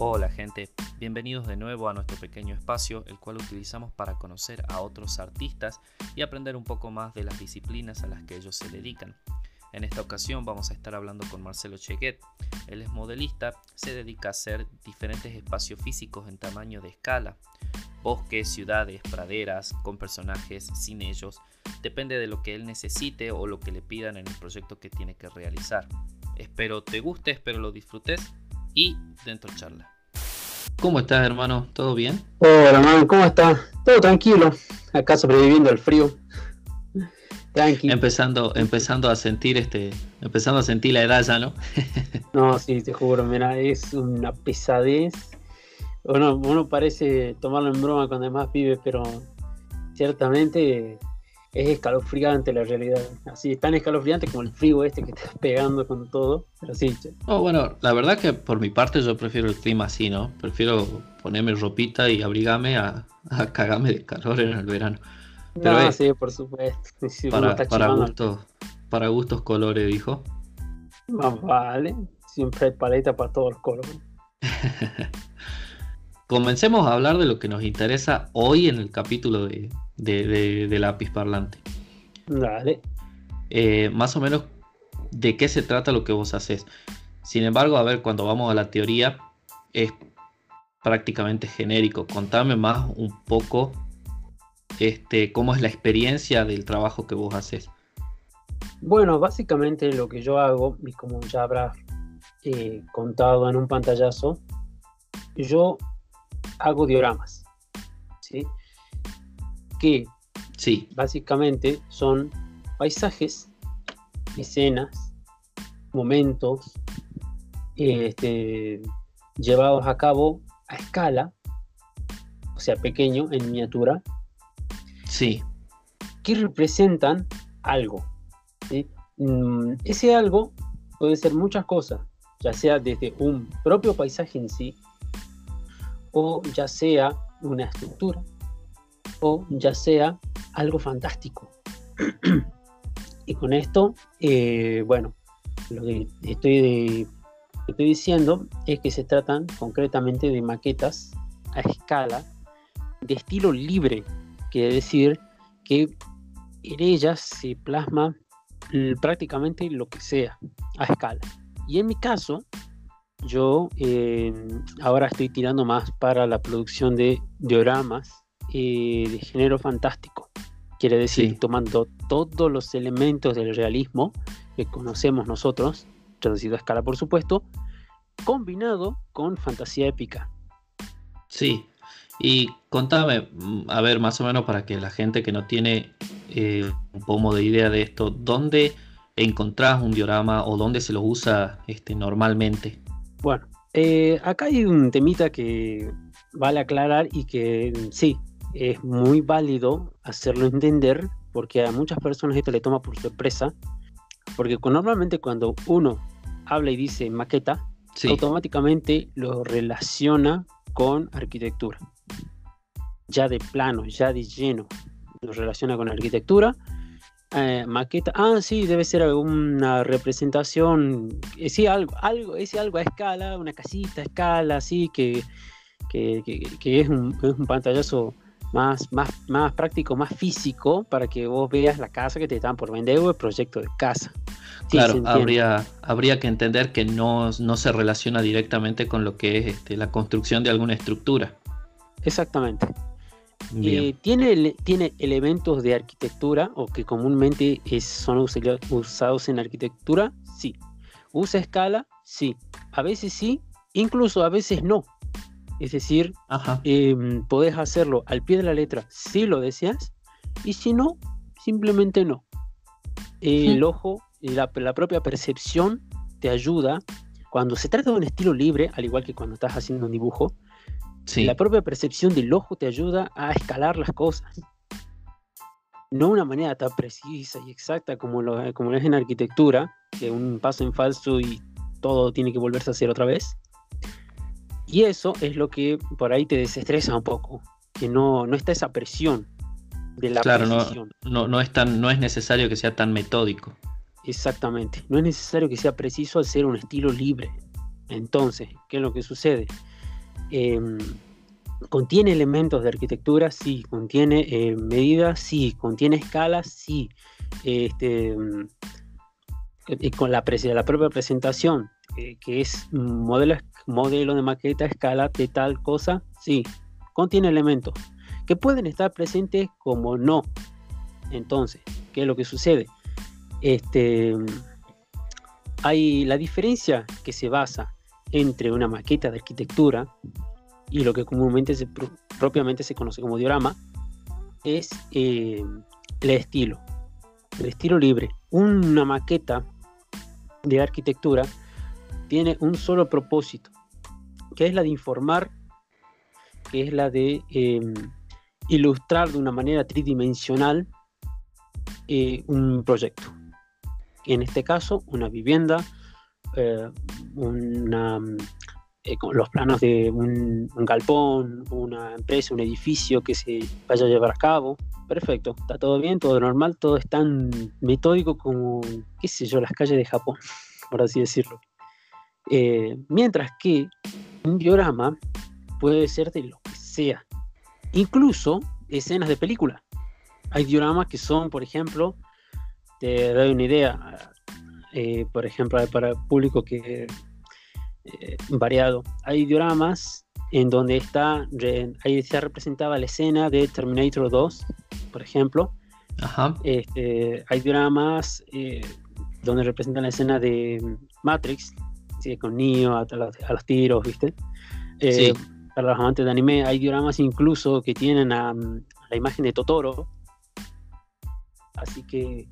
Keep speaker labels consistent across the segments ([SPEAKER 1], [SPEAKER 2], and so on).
[SPEAKER 1] Hola gente, bienvenidos de nuevo a nuestro pequeño espacio, el cual utilizamos para conocer a otros artistas y aprender un poco más de las disciplinas a las que ellos se dedican. En esta ocasión vamos a estar hablando con Marcelo Cheguet. Él es modelista, se dedica a hacer diferentes espacios físicos en tamaño de escala, bosques, ciudades, praderas, con personajes, sin ellos, depende de lo que él necesite o lo que le pidan en el proyecto que tiene que realizar. Espero te guste, espero lo disfrutes y dentro charla. ¿Cómo estás, hermano? ¿Todo bien?
[SPEAKER 2] Hola, man, ¿cómo estás? Todo tranquilo, acá sobreviviendo al frío. Tranqui.
[SPEAKER 1] Empezando a sentir la edad ya, ¿no?
[SPEAKER 2] No, sí, te juro, mira, es una pesadez. Uno parece tomarlo en broma cuando más vive, pero ciertamente es escalofriante la realidad. Así, tan escalofriante como el frío este que estás pegando con todo. Pero sí, che.
[SPEAKER 1] Oh, bueno, la verdad que por mi parte yo prefiero el clima así, ¿no? Prefiero ponerme ropita y abrigarme a cagarme de calor en el verano. Pero
[SPEAKER 2] No, sí, por supuesto. Sí, uno está chivando.
[SPEAKER 1] para gustos colores, dijo.
[SPEAKER 2] Más vale, siempre hay paleta para todos los colores.
[SPEAKER 1] Comencemos a hablar de lo que nos interesa hoy en el capítulo de Lápiz Parlante.
[SPEAKER 2] Dale.
[SPEAKER 1] Más o menos de qué se trata lo que vos haces. Sin embargo, a ver, cuando vamos a la teoría es prácticamente genérico. Contame más un poco cómo es la experiencia del trabajo que vos haces.
[SPEAKER 2] Bueno, básicamente lo que yo hago, y como ya habrás contado en un pantallazo, yo hago dioramas, ¿sí? Que
[SPEAKER 1] Sí,
[SPEAKER 2] básicamente son paisajes, escenas, momentos llevados a cabo a escala, o sea, pequeño, en miniatura,
[SPEAKER 1] sí,
[SPEAKER 2] que representan algo, ¿sí? Ese algo puede ser muchas cosas, ya sea desde un propio paisaje en sí, o ya sea una estructura, o ya sea algo fantástico. Y con esto, bueno, lo que estoy diciendo es que se tratan concretamente de maquetas a escala de estilo libre, quiere decir que en ellas se plasma prácticamente lo que sea a escala. Y en mi caso, yo ahora estoy tirando más para la producción de dioramas de género fantástico. Quiere decir,
[SPEAKER 1] sí.
[SPEAKER 2] tomando todos los elementos del realismo que conocemos nosotros, reducido a escala por supuesto, combinado con fantasía épica.
[SPEAKER 1] Sí, y contame, a ver, más o menos para que la gente que no tiene un poco de idea de esto, ¿dónde encontrás un diorama o dónde se lo usa normalmente?
[SPEAKER 2] Bueno, acá hay un temita que vale aclarar y que sí, es muy válido hacerlo entender porque a muchas personas esto le toma por sorpresa, porque normalmente cuando uno habla y dice maqueta,
[SPEAKER 1] Sí,
[SPEAKER 2] automáticamente lo relaciona con arquitectura. Ya de plano, ya de lleno, lo relaciona con arquitectura. Maqueta, sí, debe ser alguna representación, sí, algo a escala, una casita a escala, así que es un pantallazo más práctico, más físico, para que vos veas la casa que te están por vender o el proyecto de casa. Sí,
[SPEAKER 1] claro, habría que entender que no se relaciona directamente con lo que es la construcción de alguna estructura.
[SPEAKER 2] Exactamente.
[SPEAKER 1] Bien.
[SPEAKER 2] Tiene elementos de arquitectura o que comúnmente son usados en arquitectura, sí. Usa escala, sí. A veces sí, incluso a veces no. Es decir,
[SPEAKER 1] Ajá.
[SPEAKER 2] podés hacerlo al pie de la letra si lo deseas, y si no, simplemente no. El ojo y la propia percepción te ayuda. Cuando se trata de un estilo libre, al igual que cuando estás haciendo un dibujo,
[SPEAKER 1] Sí.
[SPEAKER 2] la propia percepción del ojo te ayuda a escalar las cosas. No de una manera tan precisa y exacta como lo es en arquitectura, que un paso en falso y todo tiene que volverse a hacer otra vez. Y eso es lo que por ahí te desestresa un poco, que no está esa presión de la
[SPEAKER 1] Claro,
[SPEAKER 2] precisión.
[SPEAKER 1] no es necesario que sea tan metódico.
[SPEAKER 2] Exactamente, no es necesario que sea preciso al ser un estilo libre. Entonces, ¿qué es lo que sucede? Em, ¿Contiene elementos de arquitectura? Sí. ¿Contiene medidas? Sí. ¿Contiene escalas? Sí. Con la propia presentación, que es modelo de maqueta a escala de tal cosa, sí. Contiene elementos que pueden estar presentes como no. Entonces, ¿qué es lo que sucede? Hay la diferencia que se basa entre una maqueta de arquitectura y lo que propiamente se conoce como diorama, es el estilo libre. Una maqueta de arquitectura tiene un solo propósito, que es la de informar, que es la de ilustrar de una manera tridimensional un proyecto. En este caso, una vivienda, los planos de un galpón, una empresa, un edificio que se vaya a llevar a cabo. Perfecto, está todo bien, todo normal, todo es tan metódico como, qué sé yo, las calles de Japón, por así decirlo. Mientras que un diorama puede ser de lo que sea, incluso escenas de película. Hay dioramas que son, por ejemplo, te doy una idea, por ejemplo, para el público que variado. Hay dioramas en donde ahí se representaba la escena de Terminator 2, por ejemplo.
[SPEAKER 1] Ajá.
[SPEAKER 2] Hay dioramas donde representan la escena de Matrix, ¿sí? Con Neo a los tiros, ¿viste?
[SPEAKER 1] Sí.
[SPEAKER 2] Para los amantes de anime, hay dioramas incluso que tienen a la imagen de Totoro. Así que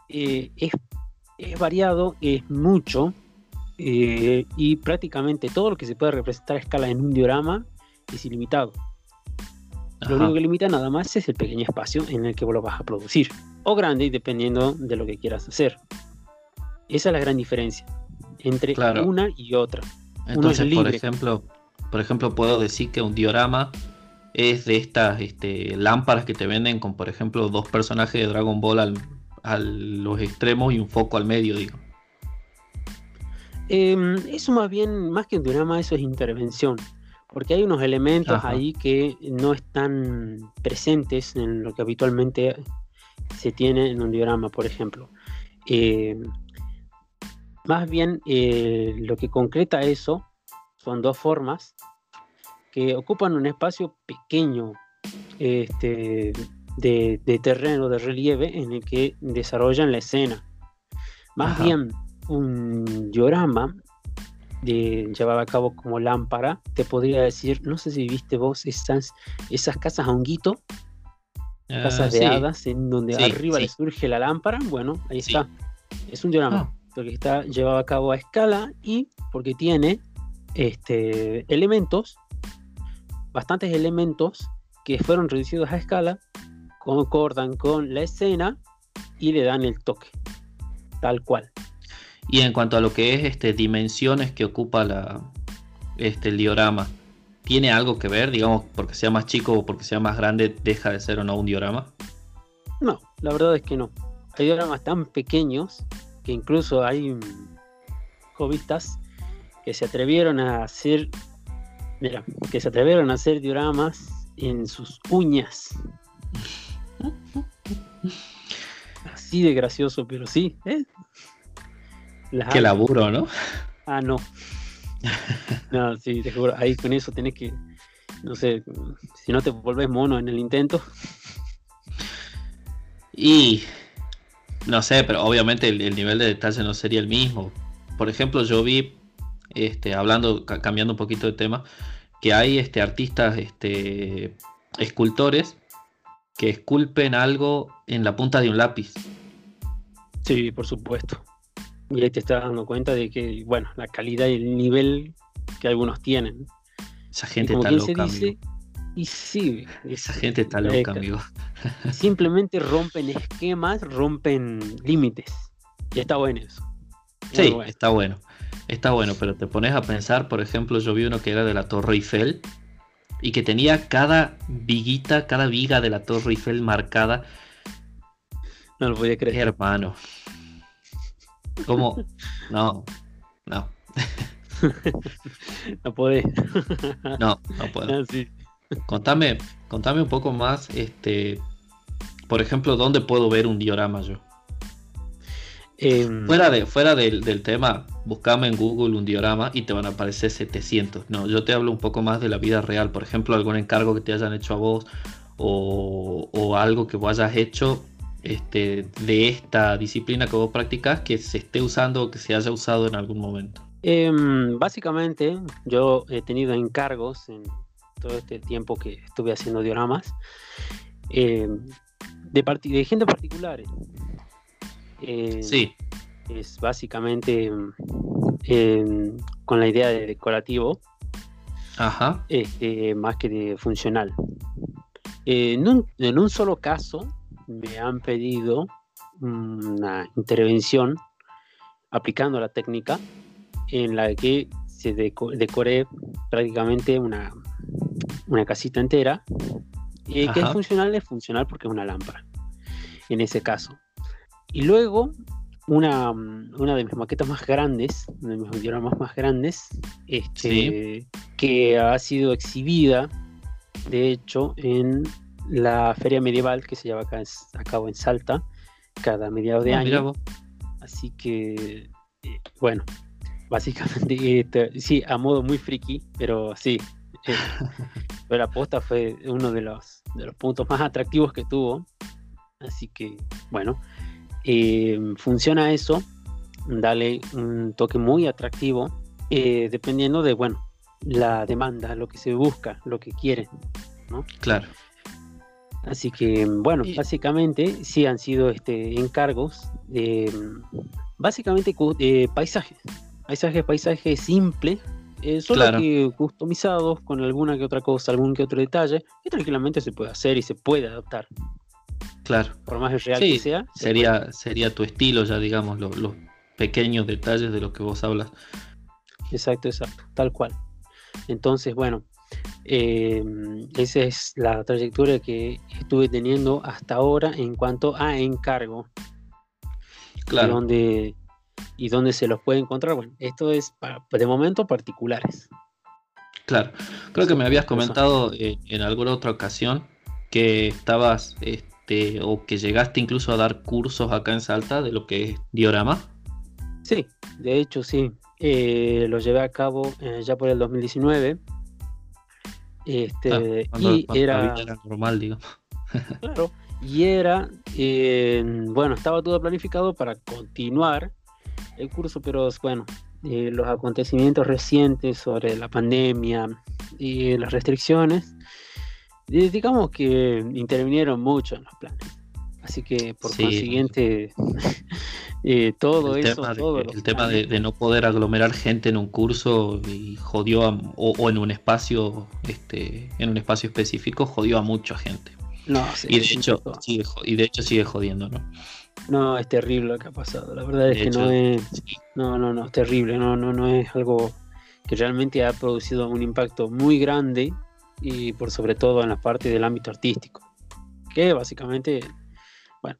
[SPEAKER 2] es variado, es mucho. Y prácticamente todo lo que se puede representar a escala en un diorama es ilimitado. Lo único que limita nada más es el pequeño espacio en el que vos lo vas a producir, o grande, dependiendo de lo que quieras hacer. Esa es la gran diferencia entre una y otra.
[SPEAKER 1] Entonces, por ejemplo, puedo decir que un diorama es de estas lámparas que te venden con, por ejemplo, 2 personajes de Dragon Ball a los extremos y un foco al medio, digo.
[SPEAKER 2] Eso más que un diorama, eso es intervención, porque hay unos elementos ahí que no están presentes en lo que habitualmente se tiene en un diorama, por ejemplo. Más bien lo que concreta eso son 2 formas que ocupan un espacio pequeño de terreno, de relieve, en el que desarrollan la escena. Más bien un diorama llevado a cabo como lámpara, te podría decir, no sé si viste vos esas casas a honguito, casas de hadas, en donde arriba le surge la lámpara. Bueno, ahí está, es un diorama, porque está llevado a cabo a escala y porque tiene bastantes elementos que fueron reducidos a escala, concordan con la escena y le dan el toque, tal cual.
[SPEAKER 1] Y en cuanto a lo que es dimensiones que ocupa el diorama, ¿tiene algo que ver? Digamos, porque sea más chico o porque sea más grande, ¿deja de ser o no un diorama?
[SPEAKER 2] No, la verdad es que no. Hay dioramas tan pequeños que incluso hay hobbyistas que se atrevieron a hacer dioramas en sus uñas. Así de gracioso, pero sí,
[SPEAKER 1] Qué laburo, ¿no?
[SPEAKER 2] No. No, sí, te juro, ahí con eso tenés que, no sé, si no te volvés mono en el intento.
[SPEAKER 1] Y no sé, pero obviamente el nivel de detalle no sería el mismo. Por ejemplo, yo vi, cambiando un poquito de tema, que hay artistas, escultores que esculpen algo en la punta de un lápiz.
[SPEAKER 2] Sí, por supuesto. Y ahí te estás dando cuenta de que, bueno, la calidad y el nivel que algunos tienen.
[SPEAKER 1] Esa gente está loca, amigo.
[SPEAKER 2] Y sí,
[SPEAKER 1] esa gente está loca, amigo.
[SPEAKER 2] Simplemente rompen esquemas, rompen límites. Y está bueno eso.
[SPEAKER 1] Sí, bueno. Está bueno, pero te pones a pensar, por ejemplo, yo vi uno que era de la Torre Eiffel y que tenía cada viga de la Torre Eiffel marcada.
[SPEAKER 2] No lo podía creer.
[SPEAKER 1] Hermano. ¿Cómo? No.
[SPEAKER 2] No podés.
[SPEAKER 1] No, no puedo.
[SPEAKER 2] Ah, sí.
[SPEAKER 1] Contame un poco más, por ejemplo, ¿dónde puedo ver un diorama yo?
[SPEAKER 2] Em,
[SPEAKER 1] Fuera del tema, buscame en Google un diorama y te van a aparecer 700. No, yo te hablo un poco más de la vida real. Por ejemplo, algún encargo que te hayan hecho a vos o algo que vos hayas hecho de esta disciplina que vos practicás que se esté usando o que se haya usado en algún momento.
[SPEAKER 2] Básicamente, yo he tenido encargos en todo este tiempo que estuve haciendo dioramas em, de gente particulares. Em,
[SPEAKER 1] Sí,
[SPEAKER 2] es básicamente con la idea de decorativo,
[SPEAKER 1] ajá,
[SPEAKER 2] más que de funcional. En un solo caso me han pedido una intervención aplicando la técnica en la que se decoré prácticamente una casita entera, que
[SPEAKER 1] ajá,
[SPEAKER 2] es funcional porque es una lámpara, en ese caso. Y luego, una de mis maquetas más grandes, uno de mis dioramas más grandes,
[SPEAKER 1] sí.
[SPEAKER 2] que ha sido exhibida, de hecho, en la feria medieval que se lleva acá a cabo en Salta, cada mediados de
[SPEAKER 1] Ah, mira
[SPEAKER 2] año.
[SPEAKER 1] vos.
[SPEAKER 2] Así que, bueno, básicamente, sí, a modo muy friki, pero sí. eh, pero la posta fue uno de los puntos más atractivos que tuvo. Así que, bueno, funciona eso, dale un toque muy atractivo, dependiendo de, bueno, la demanda, lo que se busca, lo que quieren, ¿no?
[SPEAKER 1] Claro.
[SPEAKER 2] Así que, bueno,
[SPEAKER 1] Y,
[SPEAKER 2] básicamente sí han sido encargos de, básicamente, paisajes simples, solo
[SPEAKER 1] claro,
[SPEAKER 2] que customizados con alguna que otra cosa, algún que otro detalle, que tranquilamente se puede hacer y se puede adaptar.
[SPEAKER 1] claro.
[SPEAKER 2] Por más real que
[SPEAKER 1] Sí,
[SPEAKER 2] sea, se puede.
[SPEAKER 1] sería tu estilo ya, digamos, los pequeños detalles de los que vos hablas.
[SPEAKER 2] Exacto, tal cual. Entonces, bueno, eh, esa es la trayectoria que estuve teniendo hasta ahora en cuanto a encargo y
[SPEAKER 1] Claro,
[SPEAKER 2] dónde se los puede encontrar. Bueno, esto es de momento particulares.
[SPEAKER 1] claro. Creo que
[SPEAKER 2] Eso,
[SPEAKER 1] me habías
[SPEAKER 2] eso.
[SPEAKER 1] comentado en alguna otra ocasión que estabas, o que llegaste incluso a dar cursos acá en Salta de lo que es diorama.
[SPEAKER 2] Sí, de hecho, sí. Lo llevé a cabo ya por el 2019.
[SPEAKER 1] Ah,
[SPEAKER 2] Y
[SPEAKER 1] cuando la vida
[SPEAKER 2] era,
[SPEAKER 1] era normal, digamos.
[SPEAKER 2] claro, bueno, estaba todo planificado para continuar el curso, pero bueno, los acontecimientos recientes sobre la pandemia y las restricciones, digamos que intervinieron mucho en los planes. Así que por
[SPEAKER 1] Sí,
[SPEAKER 2] consiguiente, todo eso, todos los
[SPEAKER 1] el tema
[SPEAKER 2] planes,
[SPEAKER 1] de no poder aglomerar gente en un curso y jodió o en un espacio específico, jodió a mucha gente.
[SPEAKER 2] no, se
[SPEAKER 1] Y de hecho
[SPEAKER 2] empezó.
[SPEAKER 1] sigue jodiendo, ¿no?
[SPEAKER 2] No, es terrible lo que ha pasado. La verdad es
[SPEAKER 1] De
[SPEAKER 2] que no
[SPEAKER 1] hecho,
[SPEAKER 2] es,
[SPEAKER 1] sí,
[SPEAKER 2] no, es terrible. No es algo que realmente ha producido un impacto muy grande y por sobre todo en la parte del ámbito artístico, que básicamente, bueno,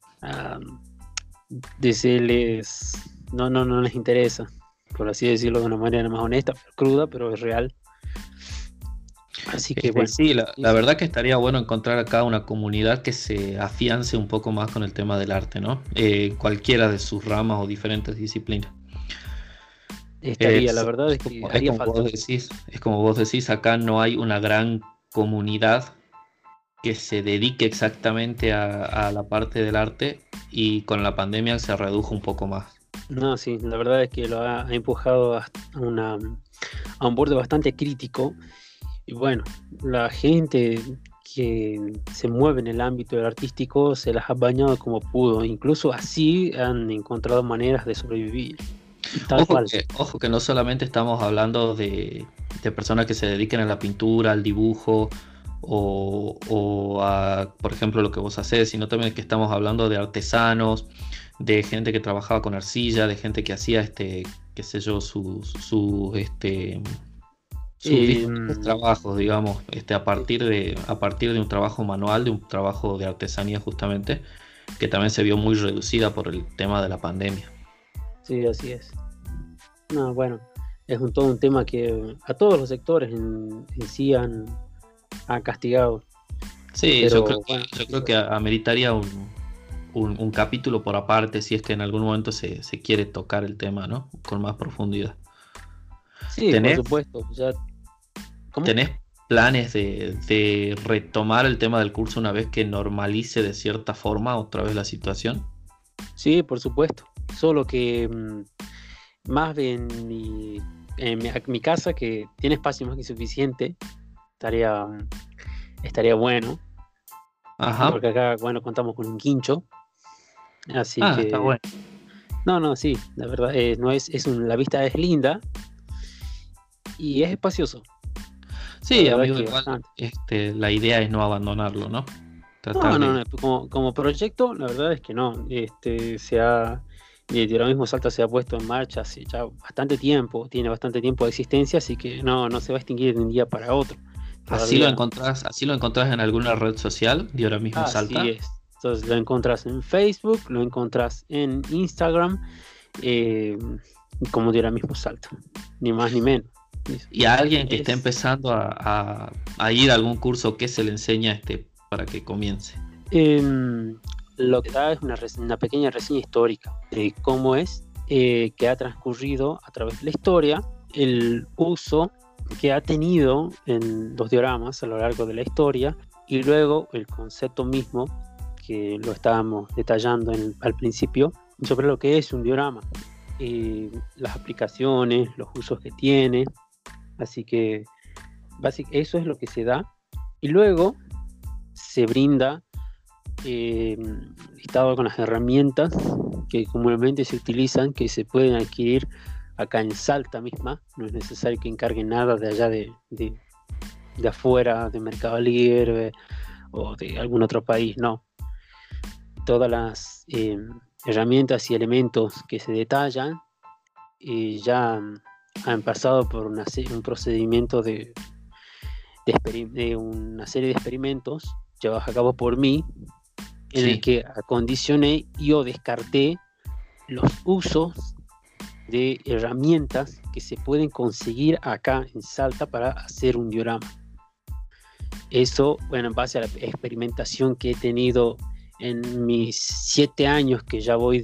[SPEAKER 2] no les interesa, por así decirlo de una manera más honesta, cruda, pero es real. Así que bueno,
[SPEAKER 1] sí, la
[SPEAKER 2] eso.
[SPEAKER 1] verdad que estaría bueno encontrar acá una comunidad que se afiance un poco más con el tema del arte, ¿no? Cualquiera de sus ramas o diferentes disciplinas.
[SPEAKER 2] Estaría, la verdad es que haría falta.
[SPEAKER 1] Es como vos decís, acá no hay una gran comunidad que se dedique exactamente a la parte del arte y con la pandemia se redujo un poco más.
[SPEAKER 2] No, sí, la verdad es que lo ha empujado a un borde bastante crítico. Y bueno, la gente que se mueve en el ámbito del artístico se las ha bañado como pudo. Incluso así han encontrado maneras de sobrevivir. Tal cual.
[SPEAKER 1] Ojo que no solamente estamos hablando de personas que se dediquen a la pintura, al dibujo o a, por ejemplo, lo que vos hacés, sino también que estamos hablando de artesanos, de gente que trabajaba con arcilla, de gente que hacía, qué sé yo, sus
[SPEAKER 2] Eh,
[SPEAKER 1] diferentes trabajos, digamos, a partir de un trabajo manual, de un trabajo de artesanía justamente, que también se vio muy reducida por el tema de la pandemia.
[SPEAKER 2] sí, así es. No, bueno. todo un tema que a todos los sectores en sí han castigado.
[SPEAKER 1] Sí,
[SPEAKER 2] Pero
[SPEAKER 1] yo creo que ameritaría un capítulo por aparte si es que en algún momento se quiere tocar el tema, ¿no? Con más profundidad.
[SPEAKER 2] sí, por
[SPEAKER 1] ¿Tenés,
[SPEAKER 2] supuesto. Ya, ¿cómo?
[SPEAKER 1] tenés planes de retomar el tema del curso una vez que normalice de cierta forma otra vez la situación?
[SPEAKER 2] Sí, por supuesto. Solo que más en mi casa, que tiene espacio más que suficiente, estaría, estaría bueno.
[SPEAKER 1] Ajá.
[SPEAKER 2] Porque acá, bueno, contamos con un quincho. Así
[SPEAKER 1] Ah, está
[SPEAKER 2] que,
[SPEAKER 1] bueno.
[SPEAKER 2] no, sí, la verdad, no la vista es linda y es espacioso. La
[SPEAKER 1] Sí,
[SPEAKER 2] verdad
[SPEAKER 1] amigo,
[SPEAKER 2] que
[SPEAKER 1] igual
[SPEAKER 2] bastante.
[SPEAKER 1] la idea es no abandonarlo, ¿no?
[SPEAKER 2] No,
[SPEAKER 1] Tratar
[SPEAKER 2] no,
[SPEAKER 1] de...
[SPEAKER 2] no, como proyecto, la verdad es que no. Y ahora mismo Salta se ha puesto en marcha hace ya bastante tiempo, tiene bastante tiempo de existencia, así que no se va a extinguir de un día para otro. Todavía,
[SPEAKER 1] Así lo encontrás en alguna red social de ahora mismo
[SPEAKER 2] así
[SPEAKER 1] Salta.
[SPEAKER 2] es. Entonces lo encontrás en Facebook, lo encontrás en Instagram, eh, como de ahora mismo Salta, ni más ni menos.
[SPEAKER 1] Y a alguien que esté
[SPEAKER 2] Es,
[SPEAKER 1] empezando a ir a algún curso, ¿qué se le enseña para que comience?
[SPEAKER 2] em, lo que da es una pequeña reseña histórica de cómo es que ha transcurrido a través de la historia el uso que ha tenido en los dioramas a lo largo de la historia y luego el concepto mismo que lo estábamos detallando al principio sobre lo que es un diorama, las aplicaciones, los usos que tiene, así que eso es lo que se da y luego se brinda listado con las herramientas que comúnmente se utilizan, que se pueden adquirir acá en Salta misma. No es necesario que encarguen nada de allá de afuera, de Mercado Libre o de algún otro país, no. Todas las herramientas y elementos que se detallan ya han pasado por un procedimiento de una serie de experimentos llevados a cabo por mí, en el
[SPEAKER 1] Sí.
[SPEAKER 2] que acondicioné y o descarté los usos de herramientas que se pueden conseguir acá en Salta para hacer un diorama. Eso, bueno, en base a la experimentación que he tenido en mis 7 años que ya voy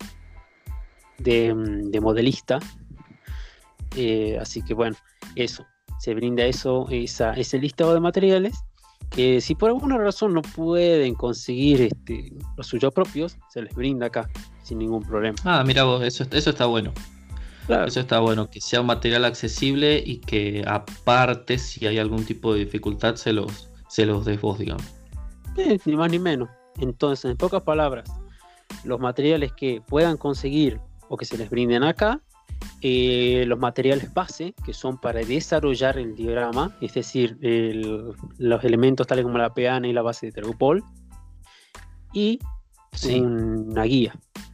[SPEAKER 2] de modelista. Así que bueno, eso, se brinda ese listado de materiales que si por alguna razón no pueden conseguir los suyos propios, se les brinda acá sin ningún problema.
[SPEAKER 1] Ah, mira vos, eso está bueno.
[SPEAKER 2] Claro,
[SPEAKER 1] Eso está bueno, que sea un material accesible y que aparte, si hay algún tipo de dificultad, se los des vos, digamos.
[SPEAKER 2] ni más ni menos. Entonces, en pocas palabras, los materiales que puedan conseguir o que se les brinden acá, los materiales base, que son para desarrollar el diagrama, es decir, los elementos tales como la peana y la base de Tergopol, y
[SPEAKER 1] Sí,
[SPEAKER 2] una guía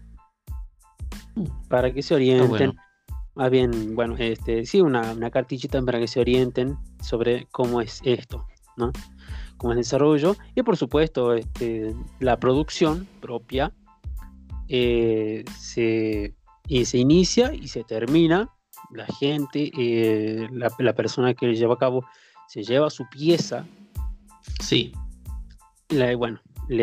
[SPEAKER 2] para que se
[SPEAKER 1] está
[SPEAKER 2] orienten.
[SPEAKER 1] bueno.
[SPEAKER 2] Más bien, bueno, sí, una cartillita para que se orienten sobre cómo es esto, ¿no? Cómo es el desarrollo y por supuesto la producción propia se inicia y se termina. La gente, la persona que lleva a cabo, se lleva su pieza,
[SPEAKER 1] Sí,
[SPEAKER 2] bueno,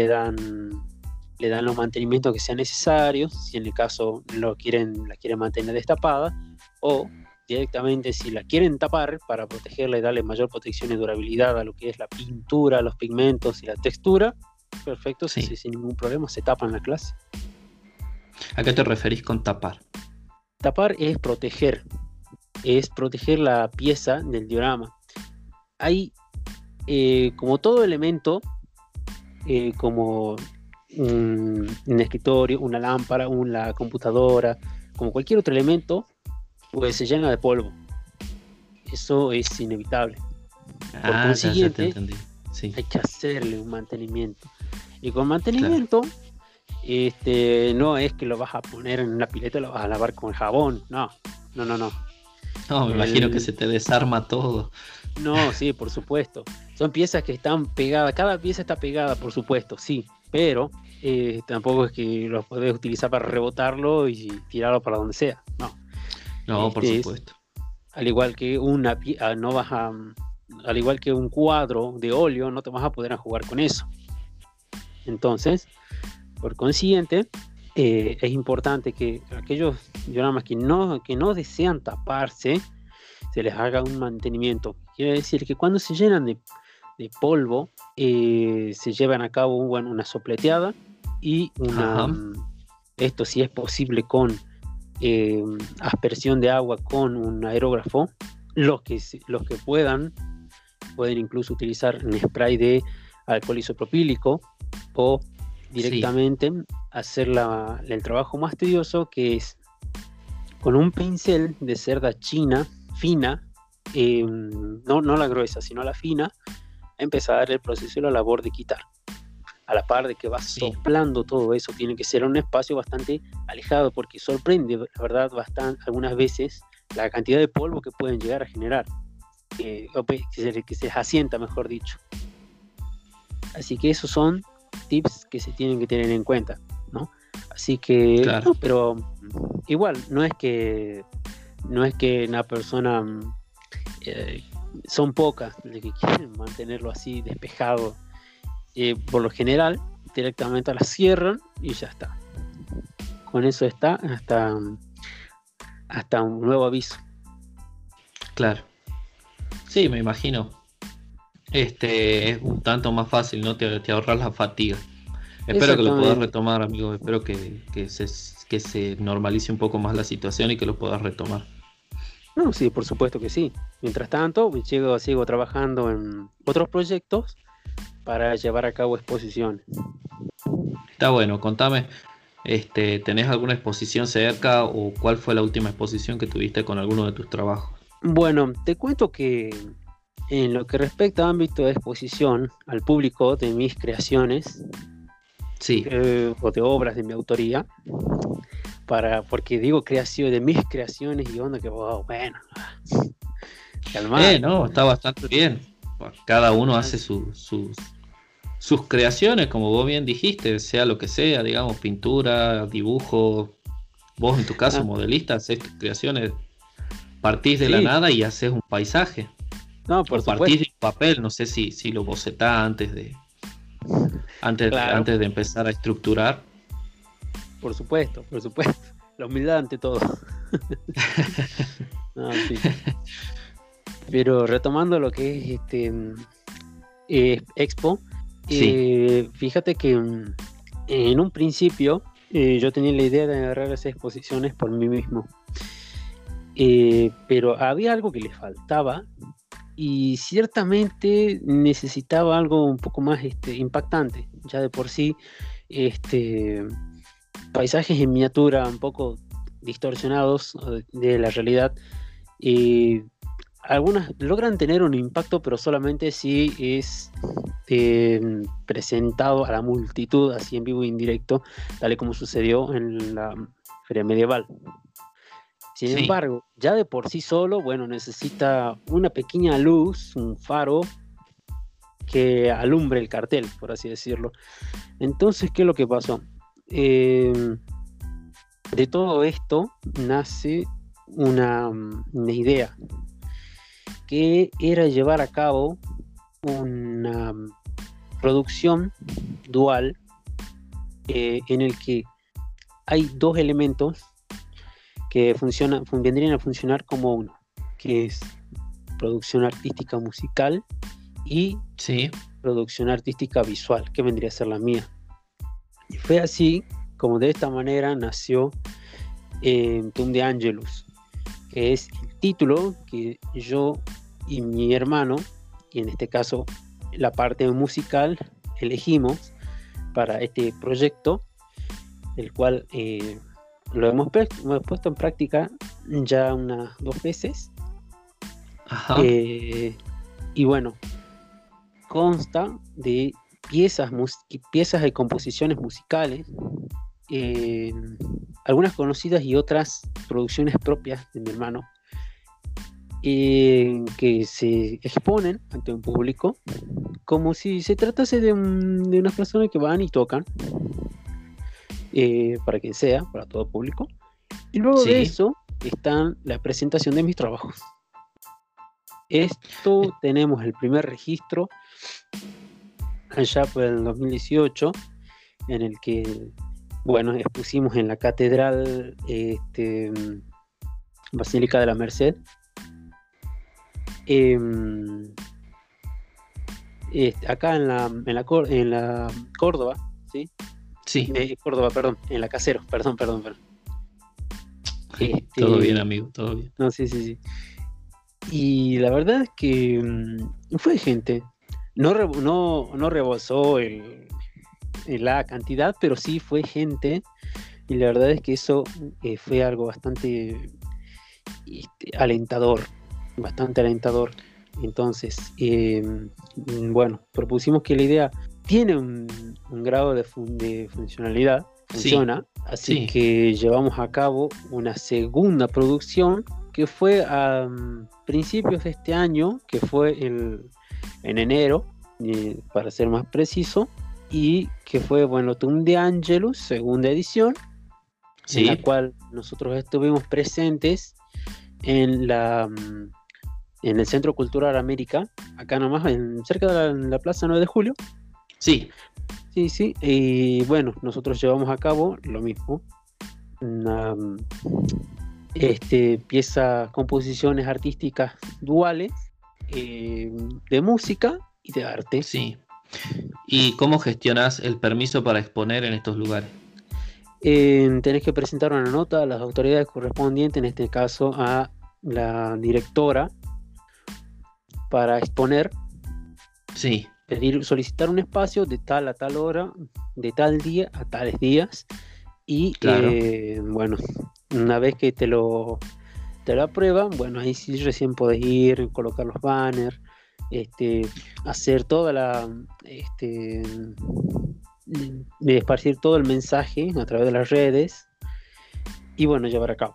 [SPEAKER 2] le dan los mantenimientos que sean necesarios, si en el caso la quieren mantener destapada, o directamente si la quieren tapar para protegerla y darle mayor protección y durabilidad a lo que es la pintura, los pigmentos y la textura, perfecto,
[SPEAKER 1] sí.
[SPEAKER 2] sin ningún problema se tapa en la clase.
[SPEAKER 1] ¿A qué te referís con tapar?
[SPEAKER 2] Tapar es proteger la pieza del diorama. Hay, como todo elemento, como un escritorio, una lámpara, una computadora, como cualquier otro elemento, pues se llena de polvo. Eso es inevitable. Por
[SPEAKER 1] Ah, ya te
[SPEAKER 2] consiguiente,
[SPEAKER 1] entendí. Sí,
[SPEAKER 2] hay que hacerle un mantenimiento. Y con
[SPEAKER 1] claro.
[SPEAKER 2] mantenimiento, no es que lo vas a poner en una pileta y lo vas a lavar con jabón. No.
[SPEAKER 1] No, me imagino que se te desarma todo.
[SPEAKER 2] No, sí, por supuesto. Son piezas que están pegadas, cada pieza está pegada, por supuesto, sí, pero tampoco es que lo podés utilizar para rebotarlo y tirarlo para donde sea. No.
[SPEAKER 1] No, por
[SPEAKER 2] Es
[SPEAKER 1] supuesto.
[SPEAKER 2] Al igual que no vas a, al igual que un cuadro de óleo, no te vas a poder jugar con eso. Entonces, por consiguiente, es importante que aquellos dioramas que no desean taparse, se les haga un mantenimiento. Quiere decir que cuando se llenan de polvo, se llevan a cabo una sopleteada y esto si es posible con aspersión de agua con un aerógrafo. Los que pueden incluso utilizar un spray de alcohol isopropílico o directamente hacer el trabajo más tedioso, que es con un pincel de cerda china fina, no la gruesa sino la fina, empezar el proceso y la labor de quitar. A la par de que vas soplando todo eso, tiene que ser un espacio bastante alejado, porque sorprende, la verdad, bastante algunas veces la cantidad de polvo que pueden llegar a generar, que se asienta, mejor dicho. Así que esos son tips que se tienen que tener en cuenta, ¿no? Así que,
[SPEAKER 1] claro.
[SPEAKER 2] Pero igual, no es que una persona, son pocas las que quieren mantenerlo así despejado. Por lo general, directamente la cierran y ya está. Con eso está hasta un nuevo aviso.
[SPEAKER 1] Claro. Sí, me imagino. Es un tanto más fácil, ¿no? Te ahorras la fatiga. Espero que lo puedas retomar, amigo. Espero que se normalice un poco más la situación y que lo puedas retomar.
[SPEAKER 2] No, sí, por supuesto que sí. Mientras tanto, sigo trabajando en otros proyectos para llevar a cabo exposiciones.
[SPEAKER 1] Está bueno, contame, ¿tenés alguna exposición cerca o cuál fue la última exposición que tuviste con alguno de tus trabajos?
[SPEAKER 2] Bueno, te cuento que en lo que respecta a ámbito de exposición al público de mis creaciones, o de obras de mi autoría, porque digo creación de mis creaciones y onda que, bueno, calmar.
[SPEAKER 1] No, está bastante bien. Cada uno hace sus creaciones, como vos bien dijiste, sea lo que sea, digamos, pintura, dibujo. Vos en tu caso, modelista, haces creaciones, partís de la nada y haces un paisaje.
[SPEAKER 2] No, por supuesto.
[SPEAKER 1] Partís de un papel, no sé si lo bocetás antes de empezar a estructurar.
[SPEAKER 2] Por supuesto. La humildad ante todo. No, sí. Pero retomando lo que es Expo, fíjate que en un principio yo tenía la idea de agarrar esas exposiciones por mí mismo, pero había algo que le faltaba y ciertamente necesitaba algo un poco más impactante. Ya de por sí, paisajes en miniatura un poco distorsionados de la realidad, algunas logran tener un impacto, pero solamente si es presentado a la multitud, así en vivo e indirecto, tal y como sucedió en la Feria Medieval. Sin embargo, ya de por sí solo, bueno, necesita una pequeña luz, un faro, que alumbre el cartel, por así decirlo. Entonces, ¿qué es lo que pasó? De todo esto nace una idea, que era llevar a cabo una producción dual, en el que hay dos elementos que vendrían a funcionar como uno, que es producción artística musical y producción artística visual, que vendría a ser la mía. Y fue así como de esta manera nació Tum de Angelus, que es el título que yo y mi hermano, y en este caso la parte musical, elegimos para este proyecto, el cual lo hemos puesto en práctica ya unas 2 veces. Y bueno, consta de piezas de composiciones musicales, algunas conocidas y otras producciones propias de mi hermano, que se exponen ante un público como si se tratase de unas personas que van y tocan, para quien sea, para todo público. Y luego de eso está la presentación de mis trabajos. Esto tenemos el primer registro allá por el 2018, en el que, bueno, expusimos en la Catedral Basílica de la Merced. Acá en la Córdoba, ¿sí?
[SPEAKER 1] Sí,
[SPEAKER 2] Córdoba, perdón, en la Caseros, perdón.
[SPEAKER 1] todo bien, amigo, todo bien.
[SPEAKER 2] No, sí. Y la verdad es que fue gente. No rebasó la cantidad, pero sí fue gente. Y la verdad es que eso fue algo bastante alentador. Bastante alentador. Entonces, bueno, propusimos que la idea tiene un grado de funcionalidad, funciona, así que llevamos a cabo una segunda producción que fue a principios de este año, que fue en enero, para ser más preciso, y que fue, bueno, Tum de Angelus, segunda edición, en la cual nosotros estuvimos presentes en el Centro Cultural América, acá nomás, cerca de la Plaza 9 de Julio.
[SPEAKER 1] Sí.
[SPEAKER 2] Sí, y bueno, nosotros llevamos a cabo lo mismo, composiciones artísticas duales, de música y de arte.
[SPEAKER 1] Sí. ¿Y cómo gestionas el permiso para exponer en estos lugares?
[SPEAKER 2] Tenés que presentar una nota a las autoridades correspondientes, en este caso a la directora, para exponer.
[SPEAKER 1] Sí.
[SPEAKER 2] Solicitar un espacio de tal a tal hora, de tal día a tales días, y
[SPEAKER 1] claro.
[SPEAKER 2] Bueno, una vez que te lo aprueban, bueno, ahí sí recién podés ir, colocar los banners, hacer toda de esparcir todo el mensaje a través de las redes y bueno, llevar a cabo.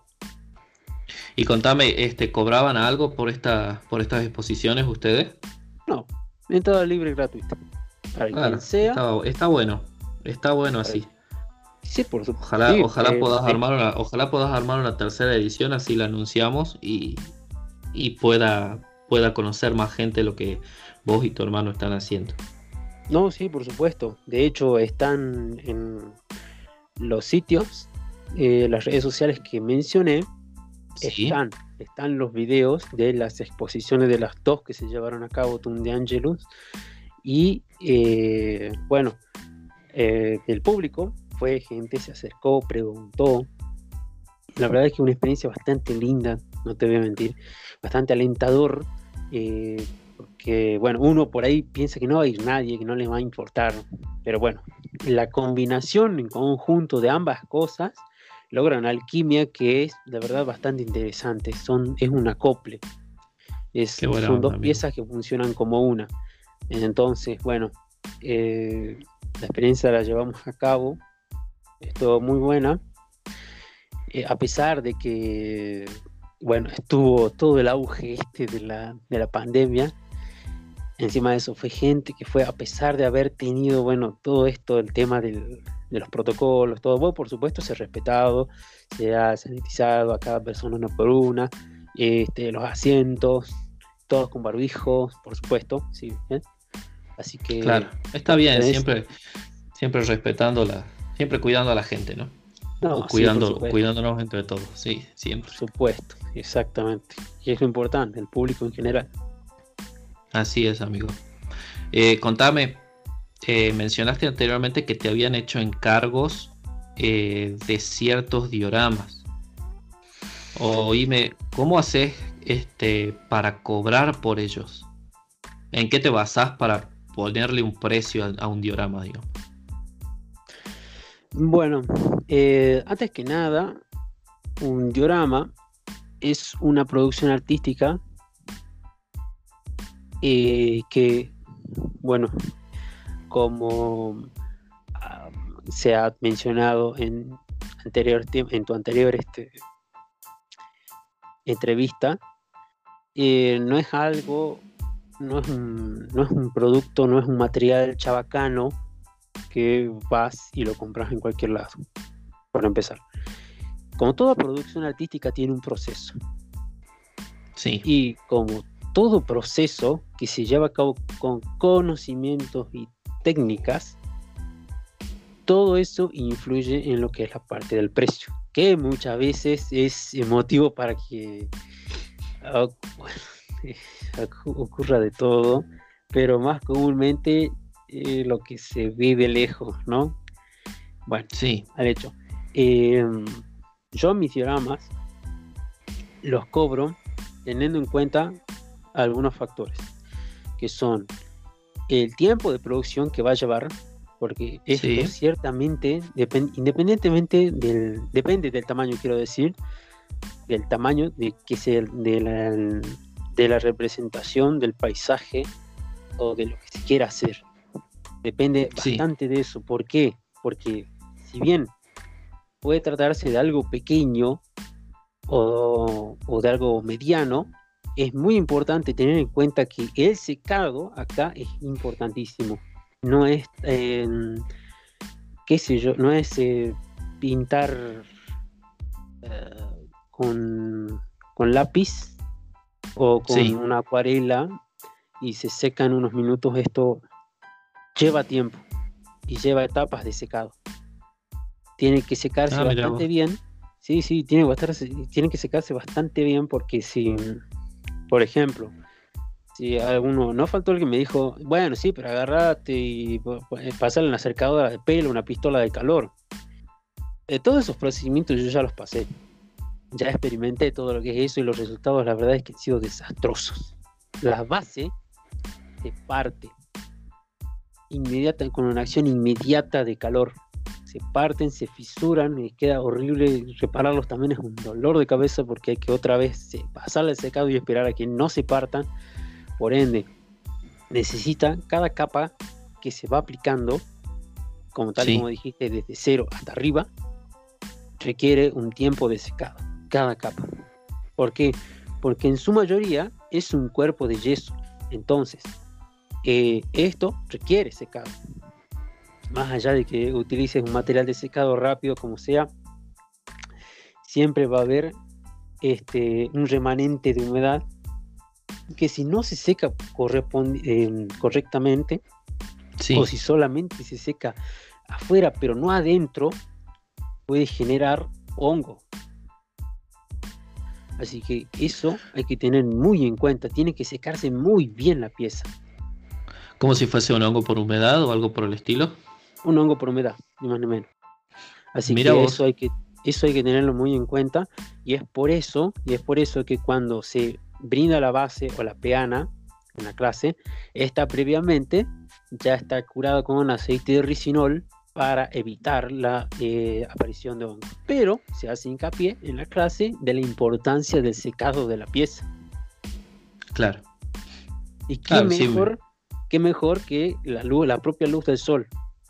[SPEAKER 1] Y contame, ¿cobraban algo por estas exposiciones ustedes?
[SPEAKER 2] No, entrada libre y gratuita. Para quien sea.
[SPEAKER 1] Está bueno así.
[SPEAKER 2] Sí, por supuesto.
[SPEAKER 1] Ojalá puedas armar una tercera edición, así la anunciamos y pueda conocer más gente lo que vos y tu hermano están haciendo.
[SPEAKER 2] No, sí, por supuesto. De hecho, están en los sitios, las redes sociales que mencioné. ¿Sí? Están los videos de las exposiciones de las dos que se llevaron a cabo, Tum de Angelus, y bueno, del público fue gente, se acercó, preguntó. La verdad es que una experiencia bastante linda, no te voy a mentir, bastante alentador, porque bueno, uno por ahí piensa que no va a ir nadie, que no le va a importar, pero bueno, la combinación en conjunto de ambas cosas logra una alquimia que es de verdad bastante interesante. Es un acople, son dos piezas que funcionan como una. Entonces, bueno, la experiencia la llevamos a cabo, estuvo muy buena, a pesar de que, bueno, estuvo todo el auge de la pandemia. Encima de eso fue gente que fue, a pesar de haber tenido, bueno, todo esto, el tema de los protocolos, todo, bueno, por supuesto se ha respetado, se ha sanitizado a cada persona una por una, los asientos, todos con barbijos, por supuesto, sí, así que...
[SPEAKER 1] Claro, está bien, siempre respetando siempre cuidando a la gente, ¿no? Cuidándonos entre todos, sí, siempre.
[SPEAKER 2] Por supuesto, exactamente, y es lo importante, el público en general.
[SPEAKER 1] Así es, amigo. Contame, mencionaste anteriormente que te habían hecho encargos de ciertos dioramas. Oíme, ¿cómo haces para cobrar por ellos? ¿En qué te basás para ponerle un precio a un diorama, digamos?
[SPEAKER 2] Bueno, antes que nada, un diorama es una producción artística que, bueno, como se ha mencionado en tu anterior entrevista, no es algo, no es un producto, no es un material chabacano que vas y lo compras en cualquier lado, para empezar. Como toda producción artística tiene un proceso.
[SPEAKER 1] Sí.
[SPEAKER 2] Y como todo proceso que se lleva a cabo con conocimientos y técnicas, todo eso influye en lo que es la parte del precio, que muchas veces es motivo para que ocurra de todo, pero más comúnmente lo que se ve de lejos, ¿no? Bueno,
[SPEAKER 1] Sí,
[SPEAKER 2] al hecho. Yo mis dioramas los cobro teniendo en cuenta algunos factores, que son el tiempo de producción que va a llevar, porque esto
[SPEAKER 1] sí,
[SPEAKER 2] ciertamente, independientemente depende del tamaño, quiero decir, del tamaño de la representación del paisaje o de lo que se quiera hacer. Depende
[SPEAKER 1] sí,
[SPEAKER 2] bastante de eso. ¿Por qué? Porque si bien puede tratarse de algo pequeño o de algo mediano, es muy importante tener en cuenta que el secado acá es importantísimo. No es, qué sé yo, no es pintar con lápiz o con
[SPEAKER 1] sí.
[SPEAKER 2] una acuarela y se seca en unos minutos. Esto lleva tiempo y lleva etapas de secado. Tiene que secarse
[SPEAKER 1] Ah, mira
[SPEAKER 2] bastante
[SPEAKER 1] vos.
[SPEAKER 2] bien. Sí, sí, tiene que secarse bastante bien porque si, por ejemplo, si alguno, no faltó el que me dijo, bueno, sí, pero agarrate y pasarle una secadora de pelo, una pistola de calor. Todos esos procedimientos yo ya los pasé. Ya experimenté todo lo que es eso y los resultados, la verdad es que han sido desastrosos. La base se parte inmediata, con una acción inmediata de calor. Se parten, se fisuran y queda horrible. Repararlos también es un dolor de cabeza porque hay que otra vez pasarle el secado y esperar a que no se partan. Por ende, necesita cada capa que se va aplicando, como tal y como
[SPEAKER 1] Sí,
[SPEAKER 2] dijiste, desde cero hasta arriba, requiere un tiempo de secado, cada capa. ¿Por qué? Porque en su mayoría es un cuerpo de yeso. Entonces, esto requiere secado. Más allá de que utilices un material de secado rápido como sea, siempre va a haber un remanente de humedad que si no se seca correctamente, o
[SPEAKER 1] sí.
[SPEAKER 2] si solamente se seca afuera pero no adentro, puede generar hongo. Así que eso hay que tener muy en cuenta. Tiene que secarse muy bien la pieza.
[SPEAKER 1] Como si fuese un hongo por humedad o algo por el estilo.
[SPEAKER 2] Un hongo por humedad, ni más ni menos. Así
[SPEAKER 1] Mira
[SPEAKER 2] que
[SPEAKER 1] vos.
[SPEAKER 2] eso hay que tenerlo muy en cuenta. Y es por eso que cuando se brinda la base o la peana en la clase, esta previamente ya está curada con aceite de ricinol para evitar la aparición de hongos. Pero se hace hincapié en la clase de la importancia del secado de la pieza.
[SPEAKER 1] Claro.
[SPEAKER 2] Y
[SPEAKER 1] Claro, sí.
[SPEAKER 2] qué mejor que la luz, la propia luz del sol.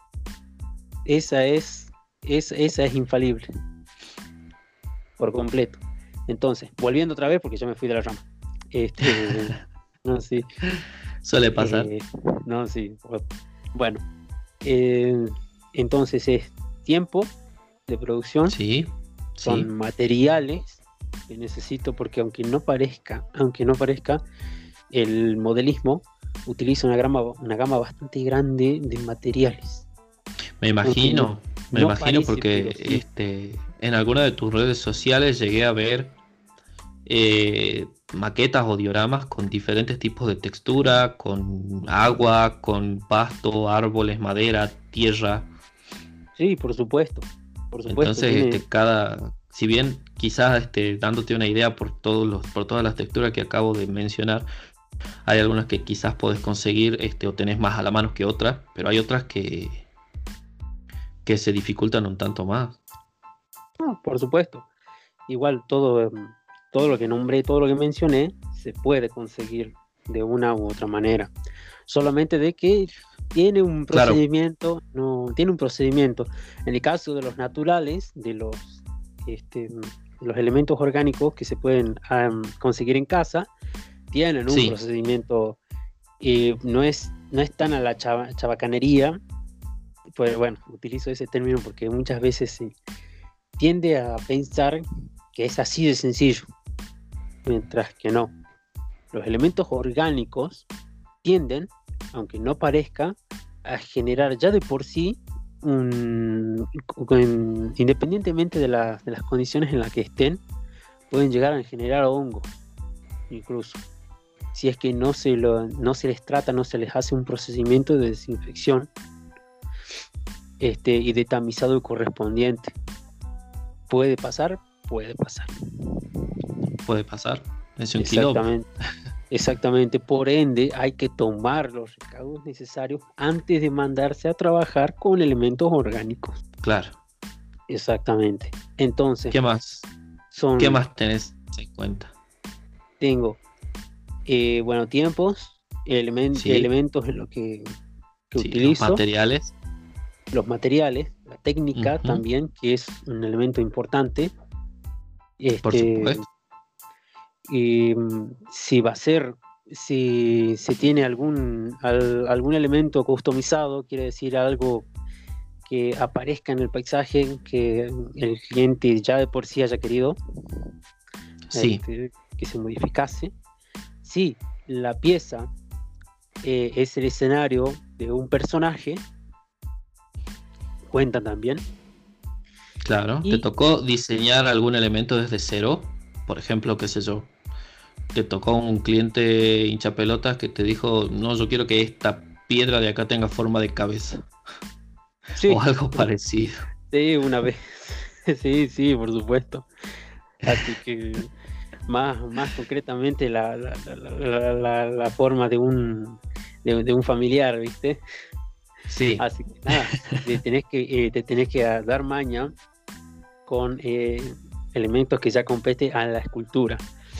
[SPEAKER 2] Esa es infalible, por completo. Entonces, volviendo otra vez, porque yo me fui de la rama. No, sí.
[SPEAKER 1] Suele pasar.
[SPEAKER 2] eh, no, sí. Bueno, eh, entonces es tiempo de producción,
[SPEAKER 1] Sí,
[SPEAKER 2] son
[SPEAKER 1] sí.
[SPEAKER 2] materiales que necesito, porque aunque no parezca, el modelismo utiliza una gama bastante grande de materiales.
[SPEAKER 1] Me
[SPEAKER 2] Aunque no,
[SPEAKER 1] imagino. Me
[SPEAKER 2] no
[SPEAKER 1] imagino
[SPEAKER 2] parece,
[SPEAKER 1] porque
[SPEAKER 2] pero sí.
[SPEAKER 1] en alguna de tus redes sociales llegué a ver maquetas o dioramas con diferentes tipos de textura, con agua, con pasto, árboles, madera, tierra.
[SPEAKER 2] Sí, por supuesto. Por supuesto,
[SPEAKER 1] Entonces,
[SPEAKER 2] tiene.
[SPEAKER 1] si bien quizás dándote una idea por todas las texturas que acabo de mencionar, hay algunas que quizás podés conseguir o tenés más a la mano que otras, pero hay otras que se dificultan un tanto más.
[SPEAKER 2] No, por supuesto. Igual todo lo que nombré, todo lo que mencioné, se puede conseguir de una u otra manera. Solamente de que tiene un
[SPEAKER 1] Claro,
[SPEAKER 2] procedimiento, no, tiene un procedimiento. En el caso de los naturales, los elementos orgánicos que se pueden conseguir en casa, tienen un
[SPEAKER 1] sí,
[SPEAKER 2] procedimiento. No es tan a la chabacanería. Pues bueno, utilizo ese término porque muchas veces se tiende a pensar que es así de sencillo, mientras que no. los elementos orgánicos tienden, aunque no parezca, a generar ya de por sí, independientemente de las condiciones en las que estén, pueden llegar a generar hongos, incluso. Si es que no se les trata, no se les hace un procedimiento de desinfección y de tamizado correspondiente. ¿Puede pasar? Puede pasar.
[SPEAKER 1] Puede pasar. Es un quilombo.
[SPEAKER 2] Exactamente. Por ende, hay que tomar los recaudos necesarios antes de mandarse a trabajar con elementos orgánicos.
[SPEAKER 1] Claro.
[SPEAKER 2] Exactamente. Entonces,
[SPEAKER 1] ¿qué más tenés en cuenta?
[SPEAKER 2] Tengo, tiempos, elementos en lo que utilizo. Los materiales, la técnica también, que es un elemento importante.
[SPEAKER 1] Por supuesto.
[SPEAKER 2] Y si se tiene algún elemento customizado, quiere decir algo que aparezca en el paisaje que el cliente ya de por sí haya querido,
[SPEAKER 1] sí,
[SPEAKER 2] que se modificase. Si la pieza es el escenario de un personaje, cuenta también.
[SPEAKER 1] Claro. ¿Te tocó diseñar algún elemento desde cero? Por ejemplo, qué sé yo, te tocó un cliente hinchapelotas que te dijo, no, yo quiero que esta piedra de acá tenga forma de cabeza. Sí. O algo parecido.
[SPEAKER 2] Sí, una vez. Sí, por supuesto. Así que más concretamente la forma de un familiar, ¿viste?
[SPEAKER 1] Sí.
[SPEAKER 2] Así que nada, te tenés que dar maña con elementos que ya competen a la escultura.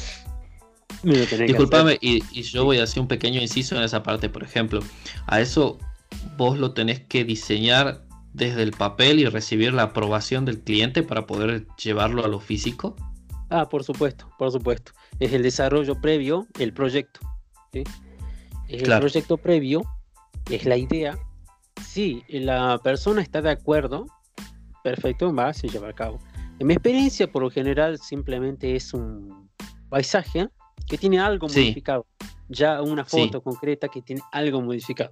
[SPEAKER 1] Disculpame, y yo voy a hacer un pequeño inciso en esa parte. Por ejemplo, a eso vos lo tenés que diseñar desde el papel y recibir la aprobación del cliente para poder llevarlo a lo físico.
[SPEAKER 2] Por supuesto. Es el desarrollo previo, el proyecto, ¿sí? Es el proyecto previo, es la idea. Si la persona está de acuerdo, perfecto, se lleva a cabo. En mi experiencia, por lo general, simplemente es un paisaje que tiene algo modificado. Ya una foto concreta que tiene algo modificado.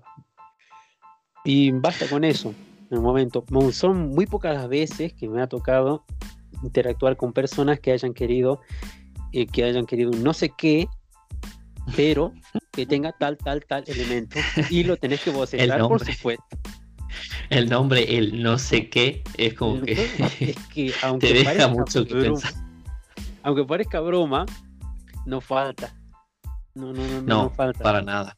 [SPEAKER 2] Y basta con eso. En el momento, son muy pocas las veces que me ha tocado interactuar con personas que hayan querido no sé qué, pero que tenga tal elemento, y lo tenés que bocetar, por supuesto.
[SPEAKER 1] El nombre, el no sé qué, es como que
[SPEAKER 2] es que aunque
[SPEAKER 1] te deja mucho que pensar.
[SPEAKER 2] Aunque parezca broma, no falta. No falta.
[SPEAKER 1] Para nada.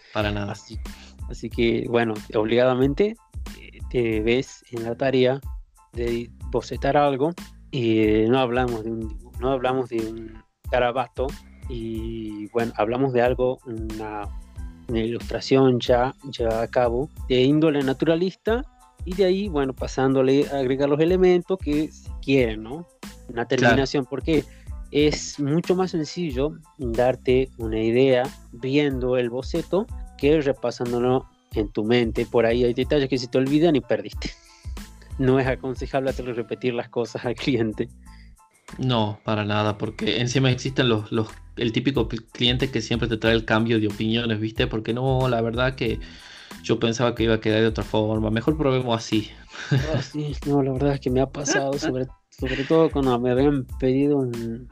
[SPEAKER 1] Así que, bueno, obligadamente te ves en la tarea de bocetar algo. No hablamos de un garabato, y bueno, hablamos de algo, una ilustración ya a cabo de índole naturalista, y de ahí, bueno, pasándole a agregar los elementos que se quieren, ¿no? Una terminación, porque es mucho más sencillo darte una idea viendo el boceto que repasándolo en tu mente. Por ahí hay detalles que se te olvidan y perdiste. No es aconsejable hacerle repetir las cosas al cliente. No, para nada, porque encima existen el típico cliente que siempre te trae el cambio de opiniones, ¿viste? Porque no, la verdad que yo pensaba que iba a quedar de otra forma, mejor probemos así.
[SPEAKER 2] Sí, no, la verdad es que me ha pasado, sobre todo cuando me habían pedido un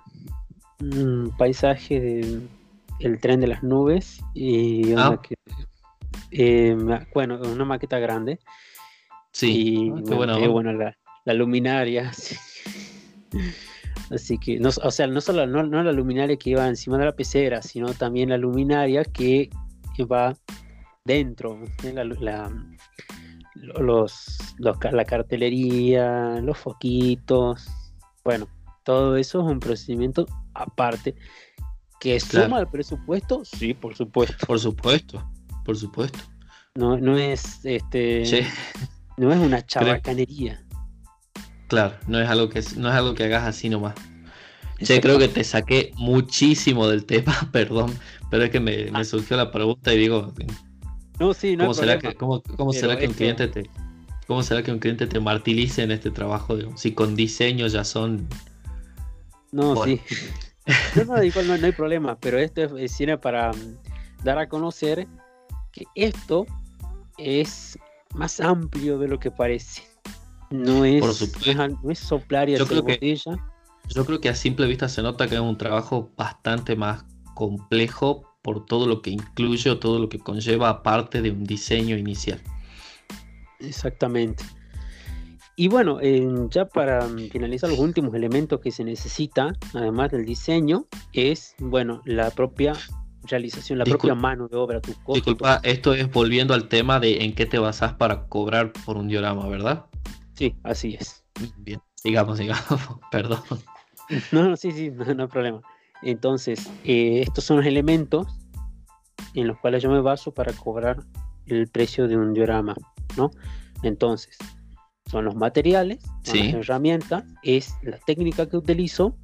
[SPEAKER 2] paisaje del tren de las nubes, y una maqueta grande.
[SPEAKER 1] Sí,
[SPEAKER 2] y bueno, la luminaria. Sí. Así que, no solo la luminaria que iba encima de la pecera, sino también la luminaria que va dentro, la cartelería, los foquitos. Bueno, todo eso es un procedimiento aparte. ¿Que suma al presupuesto? Sí, por supuesto.
[SPEAKER 1] Por supuesto.
[SPEAKER 2] No es no es una chabacanería.
[SPEAKER 1] Claro, no es algo que hagas así nomás. Creo que te saqué muchísimo del tema, perdón, pero es que me surgió la pregunta y digo,
[SPEAKER 2] no, sí, no
[SPEAKER 1] ¿cómo será que un cliente te martirice en este trabajo? Si con diseño ya son...
[SPEAKER 2] No, bueno. Sí. No, igual no hay problema, pero esto sirve para dar a conocer que esto es más amplio de lo que parece. No
[SPEAKER 1] Por
[SPEAKER 2] es, no es,
[SPEAKER 1] supuesto.
[SPEAKER 2] no es soplar y
[SPEAKER 1] Yo
[SPEAKER 2] hacer
[SPEAKER 1] creo que,
[SPEAKER 2] botella.
[SPEAKER 1] yo creo que a simple vista se nota que es un trabajo bastante más complejo por todo lo que incluye o todo lo que conlleva aparte de un diseño inicial.
[SPEAKER 2] Exactamente. Y bueno, ya para finalizar, los últimos elementos que se necesita, además del diseño, es, bueno, la propia realización, la propia
[SPEAKER 1] Discul-
[SPEAKER 2] mano de obra, tu costo.
[SPEAKER 1] Disculpa, esto es volviendo al tema de en qué te basás para cobrar por un diorama, ¿verdad?
[SPEAKER 2] Sí, así es.
[SPEAKER 1] Bien, sigamos, sigamos, perdón.
[SPEAKER 2] No, no, sí, sí, no hay problema. Entonces, estos son los elementos en los cuales yo me baso para cobrar el precio de un diorama, ¿no? Entonces, son los materiales, son las
[SPEAKER 1] Sí,
[SPEAKER 2] herramientas, es la técnica que utilizo,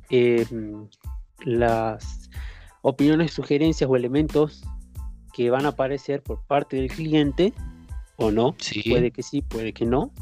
[SPEAKER 2] las opiniones, sugerencias o elementos que van a aparecer por parte del cliente o no,
[SPEAKER 1] sí.
[SPEAKER 2] puede que sí, puede que no.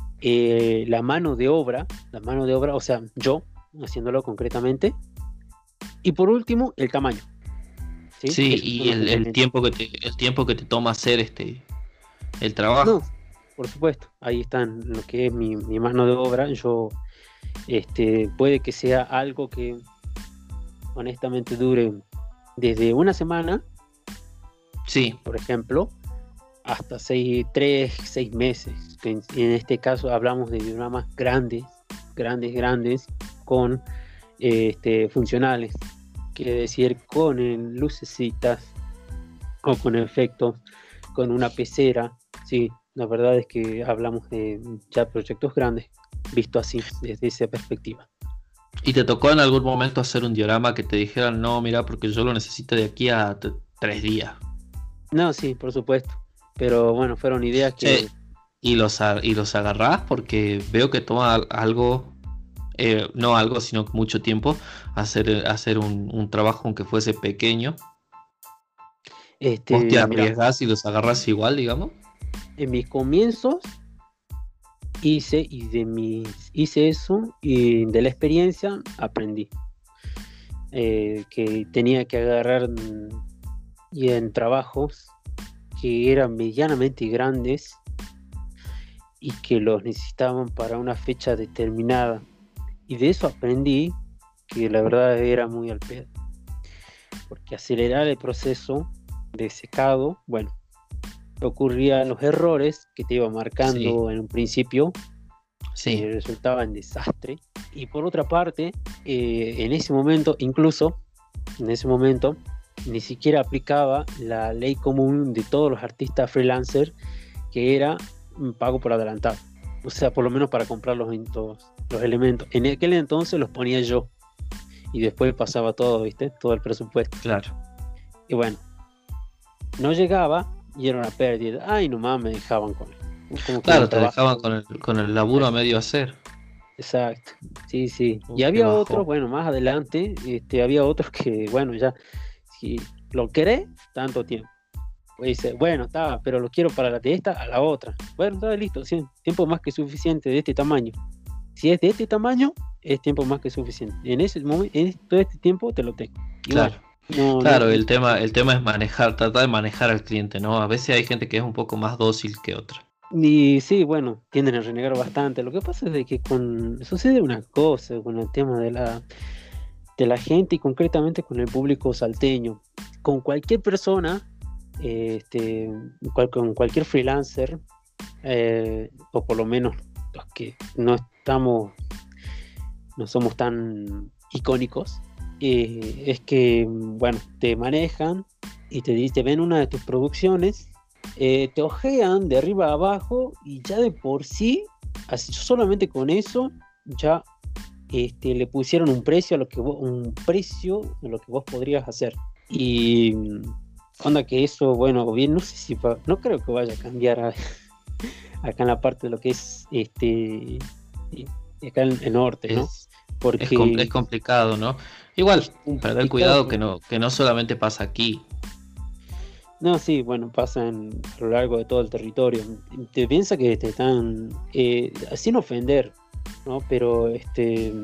[SPEAKER 2] La mano de obra, o sea, yo haciéndolo concretamente. Y por último, el tamaño, ¿sí?
[SPEAKER 1] Sí,
[SPEAKER 2] Esos son
[SPEAKER 1] y
[SPEAKER 2] los elementos.
[SPEAKER 1] el tiempo que te toma hacer el
[SPEAKER 2] No,
[SPEAKER 1] trabajo.
[SPEAKER 2] por supuesto, ahí están lo que es mi mano de obra. Yo, puede que sea algo que honestamente dure desde una semana,
[SPEAKER 1] Sí,
[SPEAKER 2] por ejemplo, hasta 6 meses. En este caso hablamos de dioramas grandes, grandes, grandes, con funcionales, quiere decir con lucecitas o con efectos, con una pecera, sí, la verdad es que hablamos de ya proyectos grandes, visto así, desde esa perspectiva.
[SPEAKER 1] y te tocó en algún momento hacer un diorama que te dijeran, no, mira, porque yo lo necesito de aquí a 3 días.
[SPEAKER 2] No, sí, por supuesto, pero bueno, fueron ideas
[SPEAKER 1] Che,
[SPEAKER 2] que,
[SPEAKER 1] y los agarrás porque veo que toma algo, no algo, sino mucho tiempo hacer un trabajo aunque fuese pequeño. ¿Vos te
[SPEAKER 2] mira,
[SPEAKER 1] arriesgás y los agarrás igual, digamos?
[SPEAKER 2] en mis comienzos hice eso y de la experiencia aprendí que tenía que agarrar y en trabajos que eran medianamente grandes y que los necesitaban para una fecha determinada. Y de eso aprendí que la verdad era muy al pedo, porque acelerar el proceso de secado, bueno, ocurrían los errores que te iba
[SPEAKER 1] Sí,
[SPEAKER 2] marcando en un principio,
[SPEAKER 1] sí,
[SPEAKER 2] resultaba en desastre. Y por otra parte, en ese momento, incluso en ese momento, ni siquiera aplicaba la ley común de todos los artistas freelancers, que era un pago por adelantado. O sea, por lo menos para comprar los elementos. En aquel entonces los ponía yo y después pasaba todo, ¿viste? Todo el presupuesto.
[SPEAKER 1] claro.
[SPEAKER 2] Y bueno, no llegaba y era una pérdida. Ay, nomás me dejaban como con el
[SPEAKER 1] Claro, te
[SPEAKER 2] trabajo.
[SPEAKER 1] dejaban con el laburo a medio hacer.
[SPEAKER 2] Exacto, sí, sí. Y
[SPEAKER 1] Qué
[SPEAKER 2] había otros,
[SPEAKER 1] bajón.
[SPEAKER 2] bueno, más adelante, había otros que, bueno, ya, si lo querés, tanto tiempo. Pues dice, bueno, está, pero lo quiero para la de esta a la otra. Bueno, está listo, sí, tiempo más que suficiente de este tamaño. Si es de este tamaño, es tiempo más que suficiente. En ese momento, en todo este tiempo te lo tengo. Y bueno,
[SPEAKER 1] Claro.
[SPEAKER 2] no, no,
[SPEAKER 1] Claro, el tema es manejar, tratar de manejar al cliente, ¿no? A veces hay gente que es un poco más dócil que otra.
[SPEAKER 2] y sí, bueno, tienden a renegar bastante. Lo que pasa es de que sucede una cosa con el tema de la gente y concretamente con el público salteño. Con cualquier persona, con cualquier freelancer, o por lo menos los que no somos tan icónicos, es que, bueno, te manejan y te ven una de tus producciones, te ojean de arriba a abajo y ya de por sí, así, solamente con eso, ya le pusieron un precio a lo que vos podrías hacer. Y onda que eso, bueno, bien, no sé si no creo que vaya a cambiar acá en la parte de lo que es acá en el norte, ¿no?
[SPEAKER 1] Es, es
[SPEAKER 2] Porque
[SPEAKER 1] complicado, ¿no? Igual,
[SPEAKER 2] es
[SPEAKER 1] perder
[SPEAKER 2] complicado,
[SPEAKER 1] cuidado que no solamente pasa aquí.
[SPEAKER 2] no, sí, bueno, pasa a lo largo de todo el territorio. Te piensa que te están, sin ofender, ¿no? Pero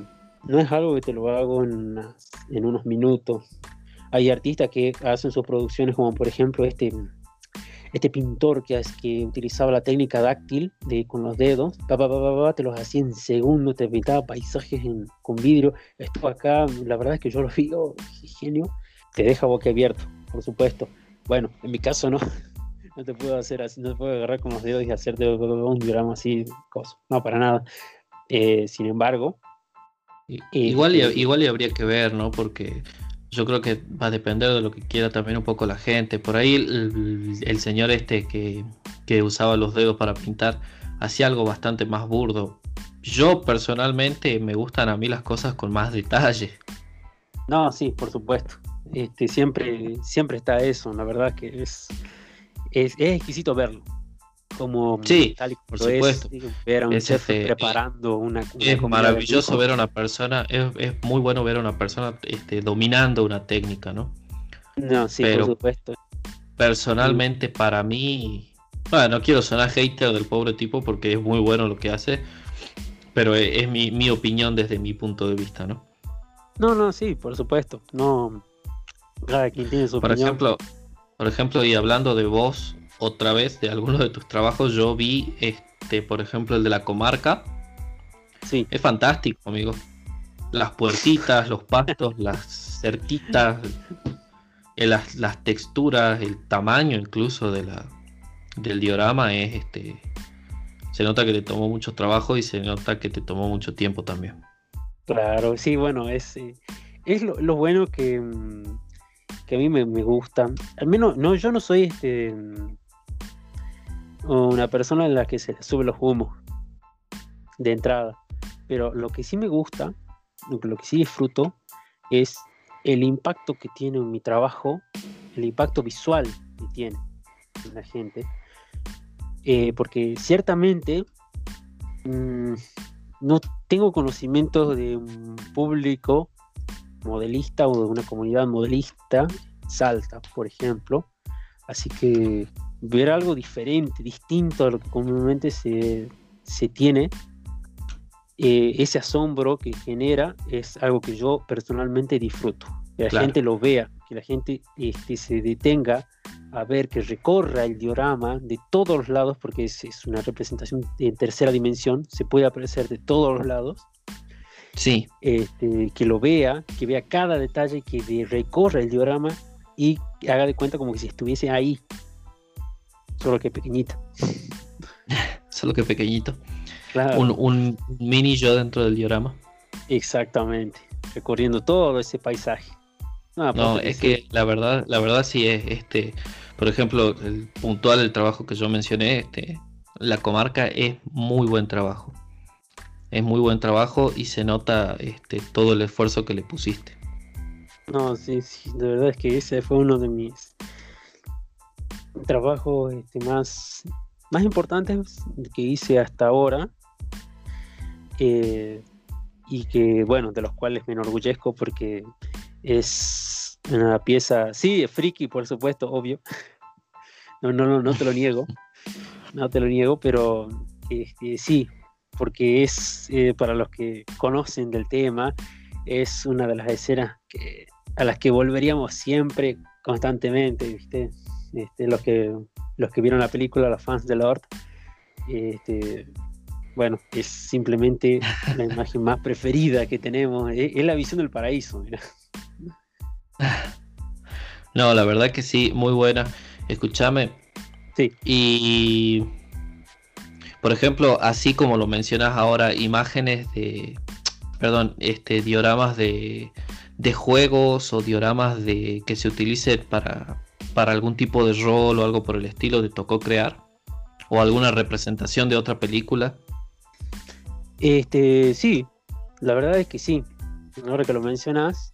[SPEAKER 2] no es algo que te lo hago en unos minutos. Hay artistas que hacen sus producciones como por ejemplo este pintor que utilizaba la técnica dáctil con los dedos, te los hacía en segundos, te pintaba paisajes con vidrio. Esto acá, la verdad es que yo lo vi, oh, qué genio, te deja boquiabierto, por supuesto. Bueno, en mi caso no, no te puedo hacer así, no te puedo agarrar con los dedos y hacerte un diagrama así, cosa. No, para nada. Sin embargo,
[SPEAKER 1] Igual y habría que ver, ¿no? Porque yo creo que va a depender de lo que quiera también un poco la gente. Por ahí el señor este que usaba los dedos para pintar hacía algo bastante más burdo. Yo personalmente me gustan a mí las cosas con más detalle.
[SPEAKER 2] no, sí, por supuesto. Siempre está eso, la verdad que es exquisito verlo, como
[SPEAKER 1] Sí,
[SPEAKER 2] tal y
[SPEAKER 1] por
[SPEAKER 2] como
[SPEAKER 1] supuesto.
[SPEAKER 2] ver a un
[SPEAKER 1] Es,
[SPEAKER 2] chef preparando una
[SPEAKER 1] es
[SPEAKER 2] comida de
[SPEAKER 1] maravilloso
[SPEAKER 2] lujo.
[SPEAKER 1] ver a una persona, es muy bueno ver a una persona dominando una técnica, ¿no?
[SPEAKER 2] No, sí, por
[SPEAKER 1] Pero
[SPEAKER 2] supuesto. Y,
[SPEAKER 1] personalmente para mí, bueno, no quiero sonar hater del pobre tipo porque es muy bueno lo que hace, pero es mi opinión desde mi punto de vista, ¿no?
[SPEAKER 2] no, no, sí, por supuesto. No, cada quien tiene su
[SPEAKER 1] Por
[SPEAKER 2] opinión.
[SPEAKER 1] ejemplo, por ejemplo, y hablando de vos, otra vez, de algunos de tus trabajos, yo vi, por ejemplo, el de la comarca,
[SPEAKER 2] Sí,
[SPEAKER 1] es fantástico, amigo. Las puertitas, los pastos, las cerquitas, las texturas, el tamaño incluso del diorama se nota que te tomó mucho trabajo y se nota que te tomó mucho tiempo también.
[SPEAKER 2] claro, sí, bueno, es lo bueno que a mí me gusta. Al menos, no, yo no soy una persona en la que se le sube los humos de entrada. Pero lo que sí me gusta, lo que sí disfruto, es el impacto que tiene en mi trabajo, el impacto visual que tiene en la gente. Porque ciertamente mmm, no tengo conocimientos de un público modelista o de una comunidad modelista, Salta, por ejemplo. Así que ver algo diferente, distinto a lo que comúnmente se tiene, ese asombro que genera es algo que yo personalmente disfruto. Que la
[SPEAKER 1] Claro.
[SPEAKER 2] gente lo vea, que la gente se detenga a ver, que recorra el diorama de todos los lados, porque es una representación en tercera dimensión, se puede apreciar de todos los lados,
[SPEAKER 1] Sí,
[SPEAKER 2] que lo vea, que vea cada detalle, que recorra el diorama y haga de cuenta como que si estuviese ahí, solo que pequeñita.
[SPEAKER 1] solo que pequeñito.
[SPEAKER 2] Claro,
[SPEAKER 1] Un mini yo dentro del diorama.
[SPEAKER 2] exactamente, recorriendo todo ese paisaje. No,
[SPEAKER 1] No,
[SPEAKER 2] aparte que
[SPEAKER 1] es
[SPEAKER 2] sí.
[SPEAKER 1] que la verdad sí es por ejemplo, el puntual el trabajo que yo mencioné, la comarca es muy buen trabajo. Es muy buen trabajo y se nota todo el esfuerzo que le pusiste.
[SPEAKER 2] No, sí, sí, de verdad es que ese fue uno de mis trabajos más importantes que hice hasta ahora, eh, y que, bueno, de los cuales me enorgullezco porque es una pieza, sí, es friki, por supuesto, obvio, no, no, no, no te lo niego, no te lo niego, pero sí, porque para los que conocen del tema, es una de las escenas a las que volveríamos siempre, constantemente, ¿viste? Los que vieron la película, los fans de Lord, este, bueno, es simplemente la imagen más preferida que tenemos, es la visión del paraíso, mira.
[SPEAKER 1] No, la verdad que sí, muy buena. Escúchame.
[SPEAKER 2] Sí,
[SPEAKER 1] Y, por ejemplo, así como lo mencionas ahora, perdón, dioramas de juegos o dioramas que se utilicen para algún tipo de rol o algo por el estilo, ¿te tocó crear? ¿O alguna representación de otra película?
[SPEAKER 2] sí, la verdad es que sí. Ahora que lo mencionas,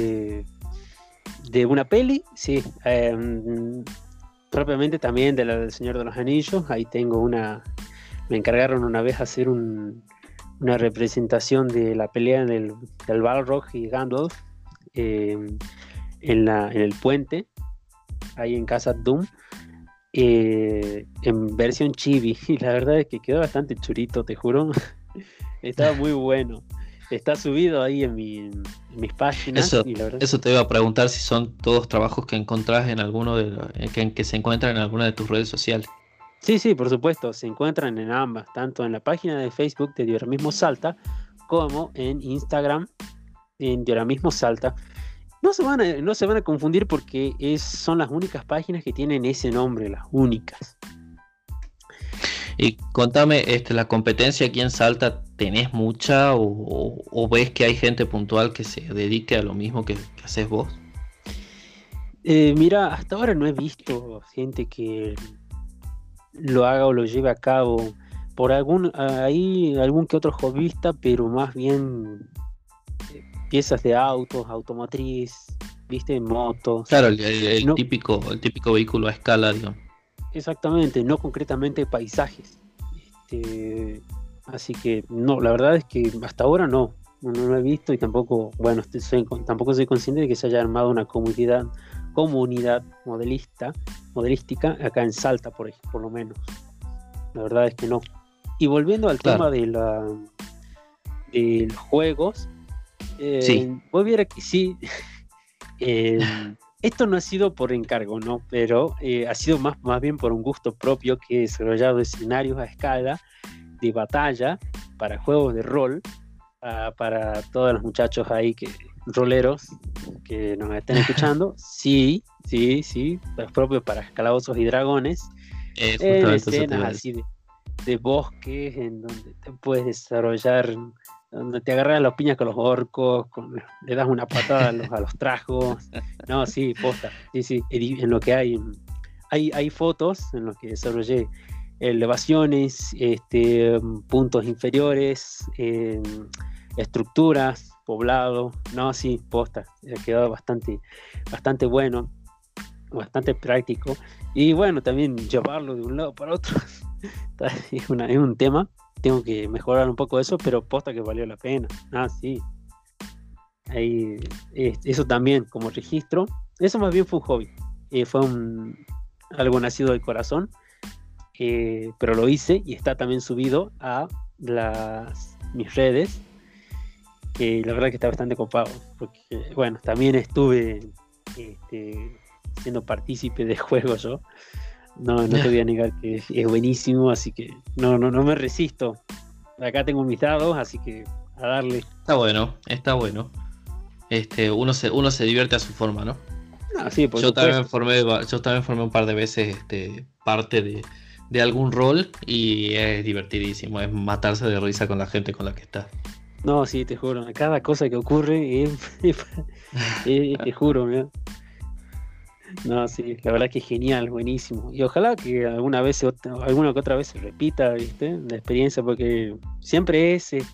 [SPEAKER 2] de una peli, sí. Propiamente también de la del Señor de los Anillos. Ahí tengo me encargaron una vez hacer una representación de la pelea del Balrog y Gandalf, eh, en el puente, ahí en Casa Doom, en versión chibi. Y la verdad es que quedó bastante churito, te juro. Estaba muy bueno. está subido ahí en mis páginas
[SPEAKER 1] Eso,
[SPEAKER 2] y la verdad.
[SPEAKER 1] eso te iba a preguntar si son todos trabajos que encontrás en alguno que se encuentran en alguna de tus redes sociales.
[SPEAKER 2] Sí, sí, por supuesto, se encuentran en ambas, tanto en la página de Facebook de Dioramismo Salta como en Instagram en Dioramismo Salta. No se van a confundir porque son las únicas páginas que tienen ese nombre, las únicas.
[SPEAKER 1] Y contame, la competencia aquí en Salta, ¿tenés mucha o ves que hay gente puntual que se dedique a lo mismo que haces vos?
[SPEAKER 2] Mira, hasta ahora no he visto gente que lo haga o lo lleve a cabo por algún que otro hobbyista, pero más bien piezas de autos, automotriz, viste, motos.
[SPEAKER 1] Claro, el
[SPEAKER 2] No,
[SPEAKER 1] típico vehículo a escala, digamos.
[SPEAKER 2] exactamente, no concretamente paisajes. Así que no, la verdad es que hasta ahora no lo he visto y tampoco, bueno, tampoco soy consciente de que se haya armado una comunidad modelística acá en Salta, por lo menos. La verdad es que no. Y volviendo al
[SPEAKER 1] Claro,
[SPEAKER 2] tema de los juegos,
[SPEAKER 1] sí.
[SPEAKER 2] vos viera que sí. Esto no ha sido por encargo, ¿no? Pero ha sido más bien por un gusto propio que he desarrollado escenarios a escala de batalla para juegos de rol, para todos los muchachos ahí roleros que nos estén escuchando. Sí, sí, sí, los propios para calabozos y dragones, en
[SPEAKER 1] Justamente eso te
[SPEAKER 2] escenas
[SPEAKER 1] iba a
[SPEAKER 2] así
[SPEAKER 1] decir.
[SPEAKER 2] de bosques, en donde te puedes desarrollar, donde te agarras las piñas con los orcos, le das una patada a los trajos. No, sí, posta, sí, sí, en lo que hay fotos en los que desarrollé elevaciones, puntos inferiores, estructuras, poblado. No, sí, posta, ha quedado bastante bueno, bastante práctico. Y bueno, también llevarlo de un lado para otro es un tema. Tengo que mejorar un poco eso, pero posta que valió la pena. Ah, sí. Ahí, eso también como registro. Eso más bien fue un hobby. Fue algo nacido del corazón, pero lo hice y está también subido a mis redes. Que la verdad que está bastante copado, porque bueno, también estuve siendo partícipe de juegos yo. No te voy a negar que es buenísimo, así que no me resisto. Acá tengo mis dados, así que a darle.
[SPEAKER 1] Está bueno, está bueno. Uno se divierte a su forma, ¿no?
[SPEAKER 2] No, sí, por
[SPEAKER 1] Yo también
[SPEAKER 2] supuesto.
[SPEAKER 1] formé, yo también formé un par de veces parte de algún rol y es divertidísimo, es matarse de risa con la gente con la que estás.
[SPEAKER 2] No, sí, te juro. Cada cosa que ocurre te juro, mira. No, sí, la verdad que es genial, buenísimo. Y ojalá que alguna que otra vez se repita, ¿viste? La experiencia, porque siempre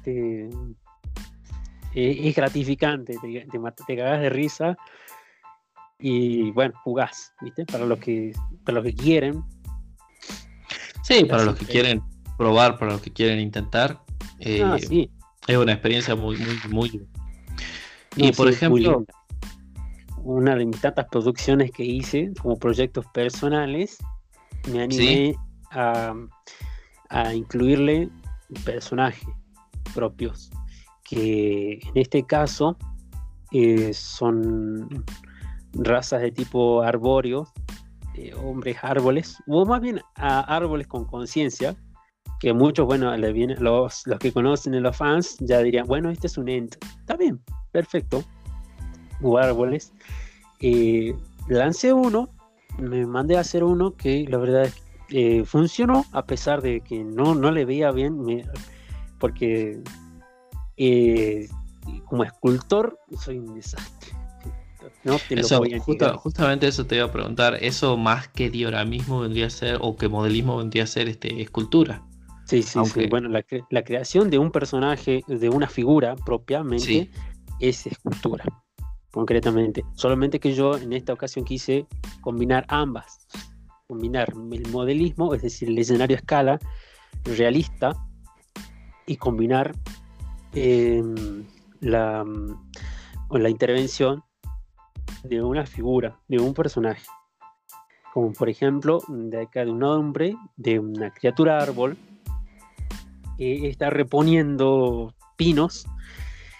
[SPEAKER 2] es gratificante, te cagás de risa y bueno, jugás, ¿viste? Para los que quieren,
[SPEAKER 1] Sí, para
[SPEAKER 2] así
[SPEAKER 1] los que
[SPEAKER 2] que,
[SPEAKER 1] quieren probar, para los que quieren intentar,
[SPEAKER 2] sí,
[SPEAKER 1] es una experiencia muy, muy, muy. Y
[SPEAKER 2] no,
[SPEAKER 1] por
[SPEAKER 2] sí, es muy
[SPEAKER 1] ejemplo,
[SPEAKER 2] linda. Una de mis tantas producciones que hice como proyectos personales, me
[SPEAKER 1] sí,
[SPEAKER 2] animé a incluirle personajes propios, que en este caso son razas de tipo arbóreo, hombres árboles, o más bien árboles con conciencia, que muchos, bueno, los que conocen, los fans, ya dirían, bueno, este es un ent. Está bien, perfecto, o árboles. Lancé uno, me mandé a hacer uno que la verdad es que funcionó, a pesar de que no le veía bien, porque eh, como escultor soy un desastre, no te lo
[SPEAKER 1] eso,
[SPEAKER 2] voy a negar.
[SPEAKER 1] justamente eso te iba a preguntar, eso más que dioramismo vendría a ser, o que modelismo vendría a ser escultura.
[SPEAKER 2] Sí, sí, sí.
[SPEAKER 1] Aunque,
[SPEAKER 2] Bueno, la creación de un personaje, de una figura propiamente,
[SPEAKER 1] sí,
[SPEAKER 2] es escultura, concretamente. Solamente que yo en esta ocasión quise combinar ambas. Combinar el modelismo, es decir, el escenario a escala realista, y combinar eh, la, o la intervención de una figura, de un personaje. Como por ejemplo, de acá de un hombre, de una criatura árbol, que está reponiendo pinos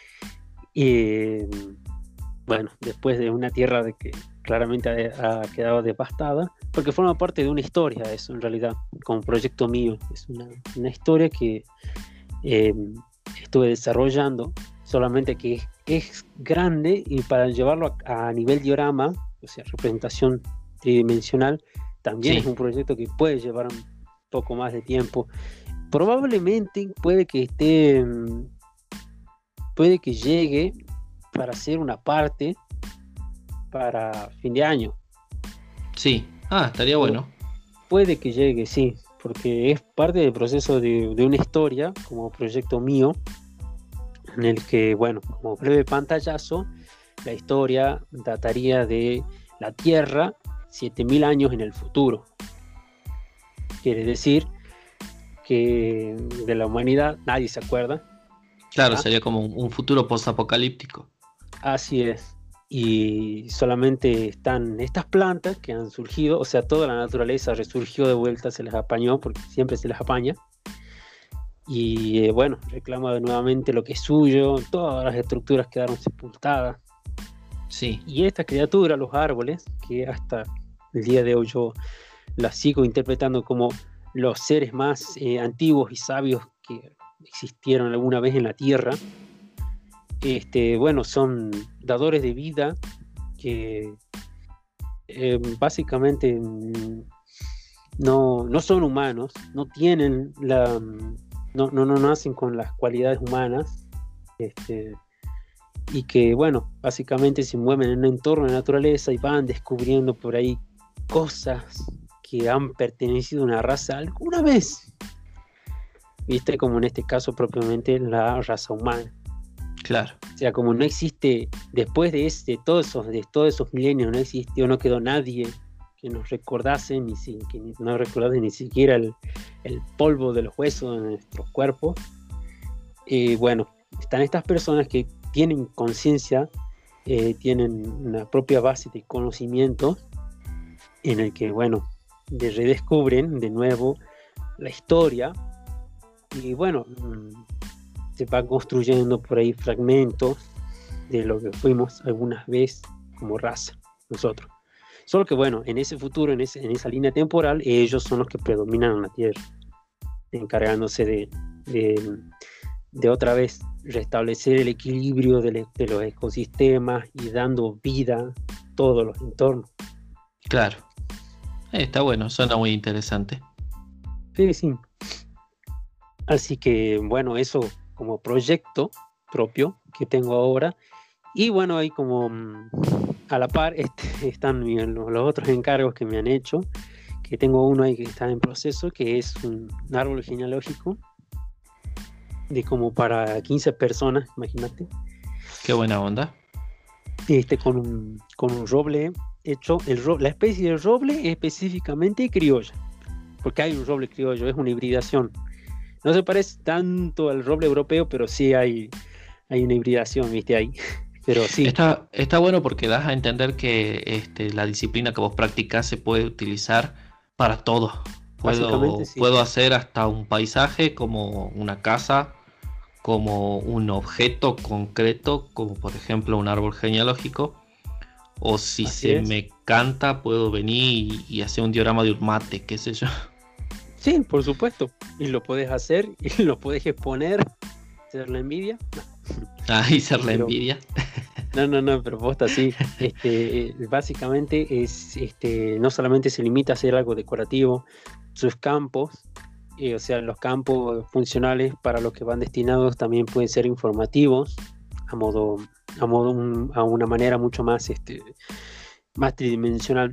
[SPEAKER 2] Y bueno, después de una tierra de que claramente ha quedado devastada, porque forma parte de una historia, eso en realidad, como proyecto mío. Es una historia que eh, estuve desarrollando, solamente que es grande y para llevarlo a nivel diorama, o sea, representación tridimensional, también es
[SPEAKER 1] Sí,
[SPEAKER 2] un proyecto que puede llevar un poco más de tiempo. Probablemente puede que llegue para hacer una parte para fin de año.
[SPEAKER 1] sí. Ah, estaría
[SPEAKER 2] Pu-
[SPEAKER 1] bueno.
[SPEAKER 2] Puede que llegue, sí, porque es parte del proceso de una historia como proyecto mío, en el que, bueno, como breve pantallazo, la historia dataría de la Tierra 7000 años en el futuro. Quiere decir que de la humanidad nadie se acuerda,
[SPEAKER 1] Claro,
[SPEAKER 2] ¿ya?
[SPEAKER 1] sería como un futuro post-apocalíptico.
[SPEAKER 2] Así es. Y solamente están estas plantas que han surgido, o sea, toda la naturaleza resurgió de vuelta, se les apañó, porque siempre se les apaña. Y bueno, reclama nuevamente lo que es suyo, todas las estructuras quedaron sepultadas.
[SPEAKER 1] Sí,
[SPEAKER 2] Y esta criatura, los árboles, que hasta el día de hoy yo las sigo interpretando como los seres más antiguos y sabios que existieron alguna vez en la Tierra, bueno, son dadores de vida que básicamente no son humanos, no tienen no nacen con las cualidades humanas, este, y que, bueno, básicamente se mueven en un entorno de naturaleza y van descubriendo por ahí cosas que han pertenecido a una raza alguna vez, ¿viste? Como en este caso propiamente la raza humana.
[SPEAKER 1] claro.
[SPEAKER 2] O sea, como no existe, después de todos esos milenios, no existió, no quedó nadie que nos recordase, no recordase ni siquiera el polvo de los huesos de nuestros cuerpos. Bueno, están estas personas que tienen conciencia, tienen una propia base de conocimiento en el que, bueno, redescubren de nuevo la historia y, bueno, se van construyendo por ahí fragmentos de lo que fuimos algunas veces como raza, nosotros. Solo que, bueno, en ese futuro, en esa línea temporal, ellos son los que predominan en la Tierra, encargándose de, de otra vez restablecer el equilibrio de los ecosistemas y dando vida a todos los entornos.
[SPEAKER 1] Claro. Está bueno, suena muy interesante.
[SPEAKER 2] Sí, sí. Así que, bueno, eso como proyecto propio que tengo ahora. Y bueno, ahí como a la par están los otros encargos que me han hecho, que tengo uno ahí que está en proceso, que es un árbol genealógico de como para 15 personas, imagínate,
[SPEAKER 1] Qué buena onda.
[SPEAKER 2] con un roble hecho, la especie de roble específicamente criolla, porque hay un roble criollo, es una hibridación. No se parece tanto al roble europeo, pero sí hay una hibridación, viste, ahí. Pero sí,
[SPEAKER 1] Está bueno porque das a entender que la disciplina que vos practicás se puede utilizar para todo.
[SPEAKER 2] básicamente sí.
[SPEAKER 1] Puedo hacer hasta un paisaje como una casa, como un objeto concreto, como por ejemplo un árbol genealógico. O si
[SPEAKER 2] Así
[SPEAKER 1] se
[SPEAKER 2] es.
[SPEAKER 1] me canta, puedo venir y hacer un diorama de un mate, qué sé yo.
[SPEAKER 2] Sí, por supuesto. Y lo puedes hacer y lo puedes exponer, hacer la envidia.
[SPEAKER 1] Ahí ser la
[SPEAKER 2] Pero
[SPEAKER 1] envidia.
[SPEAKER 2] no, pero posta sí. Básicamente no solamente se limita a hacer algo decorativo, sus campos, o sea, los campos funcionales para los que van destinados también pueden ser informativos, a modo, a una manera mucho más, más tridimensional,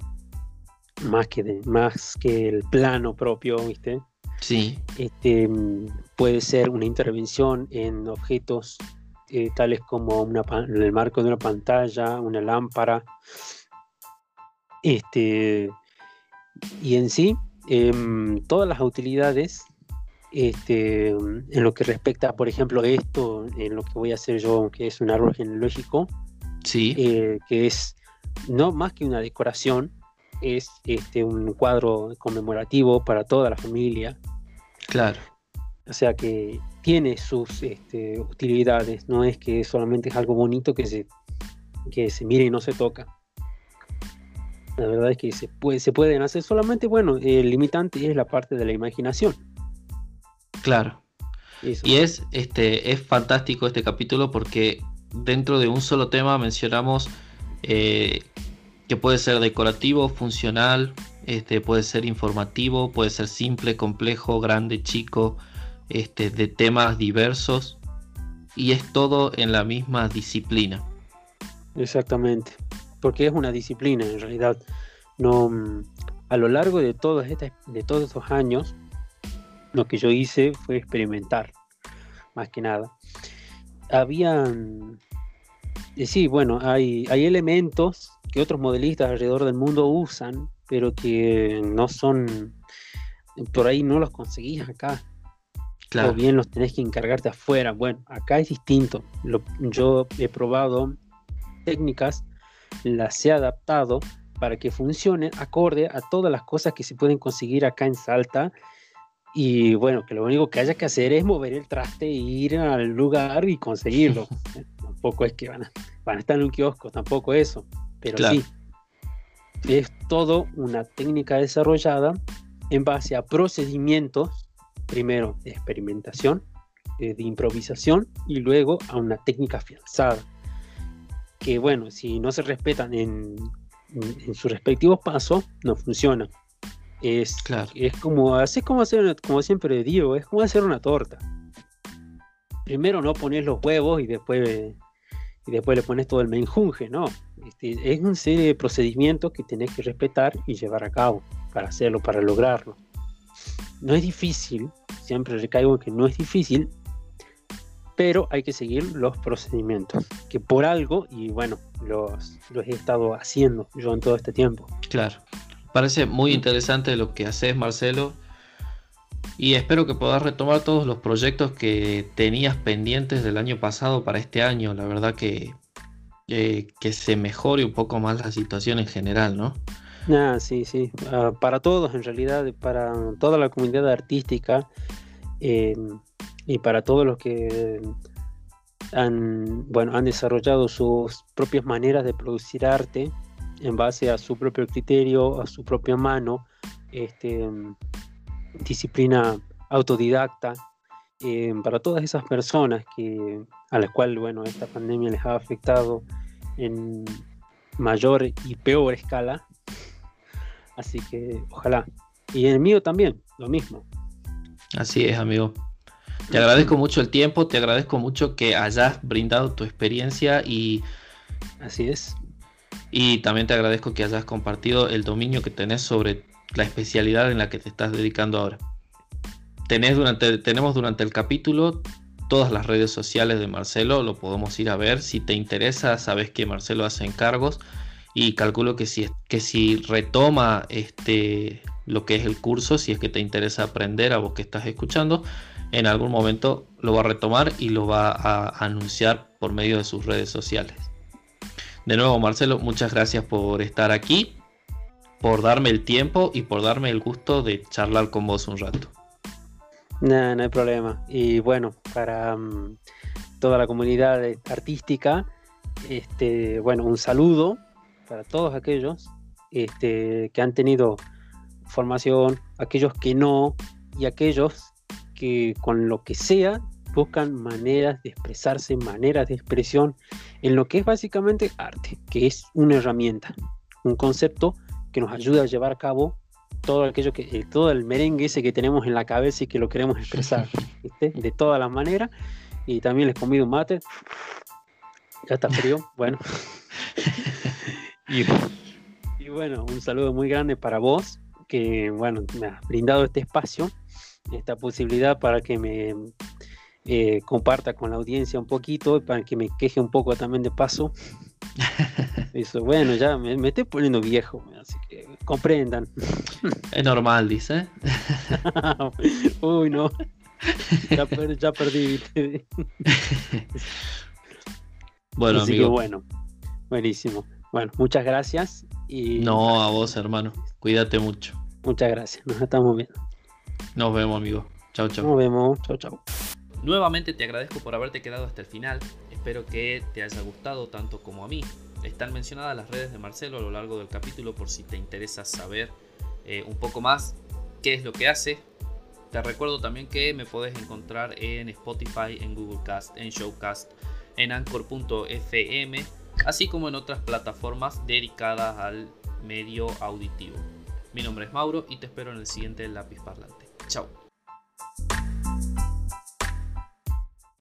[SPEAKER 2] más que el plano propio, ¿viste?
[SPEAKER 1] Sí,
[SPEAKER 2] Puede ser una intervención en objetos tales como el marco de una pantalla, una lámpara, este, y en sí, todas las utilidades, en lo que respecta, por ejemplo, esto, en lo que voy a hacer yo, que es un árbol genealógico,
[SPEAKER 1] sí,
[SPEAKER 2] que es no más que una decoración, es un cuadro conmemorativo para toda la familia.
[SPEAKER 1] claro.
[SPEAKER 2] O sea que tiene sus utilidades, no es que solamente es algo bonito que se mire y no se toca. La verdad es que se pueden hacer, solamente, bueno, el limitante es la parte de la imaginación.
[SPEAKER 1] Claro.
[SPEAKER 2] Eso.
[SPEAKER 1] Y es fantástico este capítulo porque dentro de un solo tema mencionamos que puede ser decorativo, funcional, puede ser informativo, puede ser simple, complejo, grande, chico, de temas diversos, y es todo en la misma disciplina.
[SPEAKER 2] Exactamente, porque es una disciplina en realidad. No, a lo largo de todos estos años, lo que yo hice fue experimentar, más que nada. Sí, bueno, hay elementos que otros modelistas alrededor del mundo usan, pero que no son, por ahí no los conseguís acá. Claro. O bien los tenés que encargarte afuera. Bueno, acá es distinto. Yo he probado técnicas, las he adaptado para que funcionen acorde a todas las cosas que se pueden conseguir acá en Salta. Y bueno, que lo único que haya que hacer es mover el traste e ir al lugar y conseguirlo. Tampoco es que van a estar en un kiosco, tampoco eso. Pero claro, sí, es todo una técnica desarrollada en base a procedimientos, primero de experimentación, de improvisación, y luego a una técnica afianzada. Que bueno, si no se respetan en sus respectivos pasos, no funciona.
[SPEAKER 1] Claro.
[SPEAKER 2] Es como como siempre digo, es como hacer una torta. Primero no pones los huevos y después le pones todo el menjunje, ¿no? Es una serie de procedimientos que tenés que respetar y llevar a cabo para hacerlo, para lograrlo. No es difícil, siempre recaigo que no es difícil, pero hay que seguir los procedimientos, que por algo, y bueno, los he estado haciendo yo en todo este tiempo.
[SPEAKER 1] Claro. Parece muy interesante lo que haces, Marcelo, y espero que puedas retomar todos los proyectos que tenías pendientes del año pasado para este año. La verdad que se mejore un poco más la situación en general, ¿no?
[SPEAKER 2] Sí. Para todos, en realidad, para toda la comunidad artística y para todos los que han desarrollado sus propias maneras de producir arte en base a su propio criterio, a su propia mano, disciplina autodidacta, para todas esas personas a las cuales, bueno, esta pandemia les ha afectado en mayor y peor escala. Así que ojalá. Y en el mío también, lo mismo.
[SPEAKER 1] Así es, amigo. Te agradezco mucho el tiempo, te agradezco mucho que hayas brindado tu experiencia y...
[SPEAKER 2] Así es.
[SPEAKER 1] Y también te agradezco que hayas compartido el dominio que tenés sobre la especialidad en la que te estás dedicando ahora. Tenemos durante el capítulo todas las redes sociales de Marcelo, lo podemos ir a ver. Si te interesa, sabes que Marcelo hace encargos y calculo que si retoma lo que es el curso, si es que te interesa aprender, a vos que estás escuchando, en algún momento lo va a retomar y lo va a anunciar por medio de sus redes sociales. De nuevo, Marcelo, muchas gracias por estar aquí, por darme el tiempo y por darme el gusto de charlar con vos un rato.
[SPEAKER 2] No hay problema. Y bueno, para toda la comunidad artística, un saludo para todos aquellos que han tenido formación, aquellos que no, y aquellos que con lo que sea buscan maneras de expresarse, maneras de expresión en lo que es básicamente arte, que es una herramienta, un concepto que nos ayuda a llevar a cabo todo el merengue ese que tenemos en la cabeza y que lo queremos expresar, ¿viste? De todas las maneras. Y también les convido un mate. Ya está frío, bueno. y bueno, un saludo muy grande para vos, que bueno, me has brindado este espacio, esta posibilidad para que me comparta con la audiencia un poquito, para que me queje un poco también de paso. Eso, bueno, ya me estoy poniendo viejo, así que comprendan.
[SPEAKER 1] Es normal, dice.
[SPEAKER 2] Uy, no. Ya perdí.
[SPEAKER 1] Bueno,
[SPEAKER 2] así
[SPEAKER 1] amigo.
[SPEAKER 2] Que bueno, buenísimo. Bueno, muchas gracias.
[SPEAKER 1] No, a vos, hermano. Cuídate mucho.
[SPEAKER 2] Muchas gracias. Nos estamos viendo.
[SPEAKER 1] Nos vemos, amigo. Chau.
[SPEAKER 2] Nos vemos. Chau.
[SPEAKER 1] Nuevamente te agradezco por haberte quedado hasta el final, espero que te haya gustado tanto como a mí. Están mencionadas las redes de Marcelo a lo largo del capítulo por si te interesa saber un poco más qué es lo que hace. Te recuerdo también que me podés encontrar en Spotify, en Google Cast, en Showcast, en Anchor.fm, así como en otras plataformas dedicadas al medio auditivo. Mi nombre es Mauro y te espero en el siguiente Lápiz Parlante. Chao.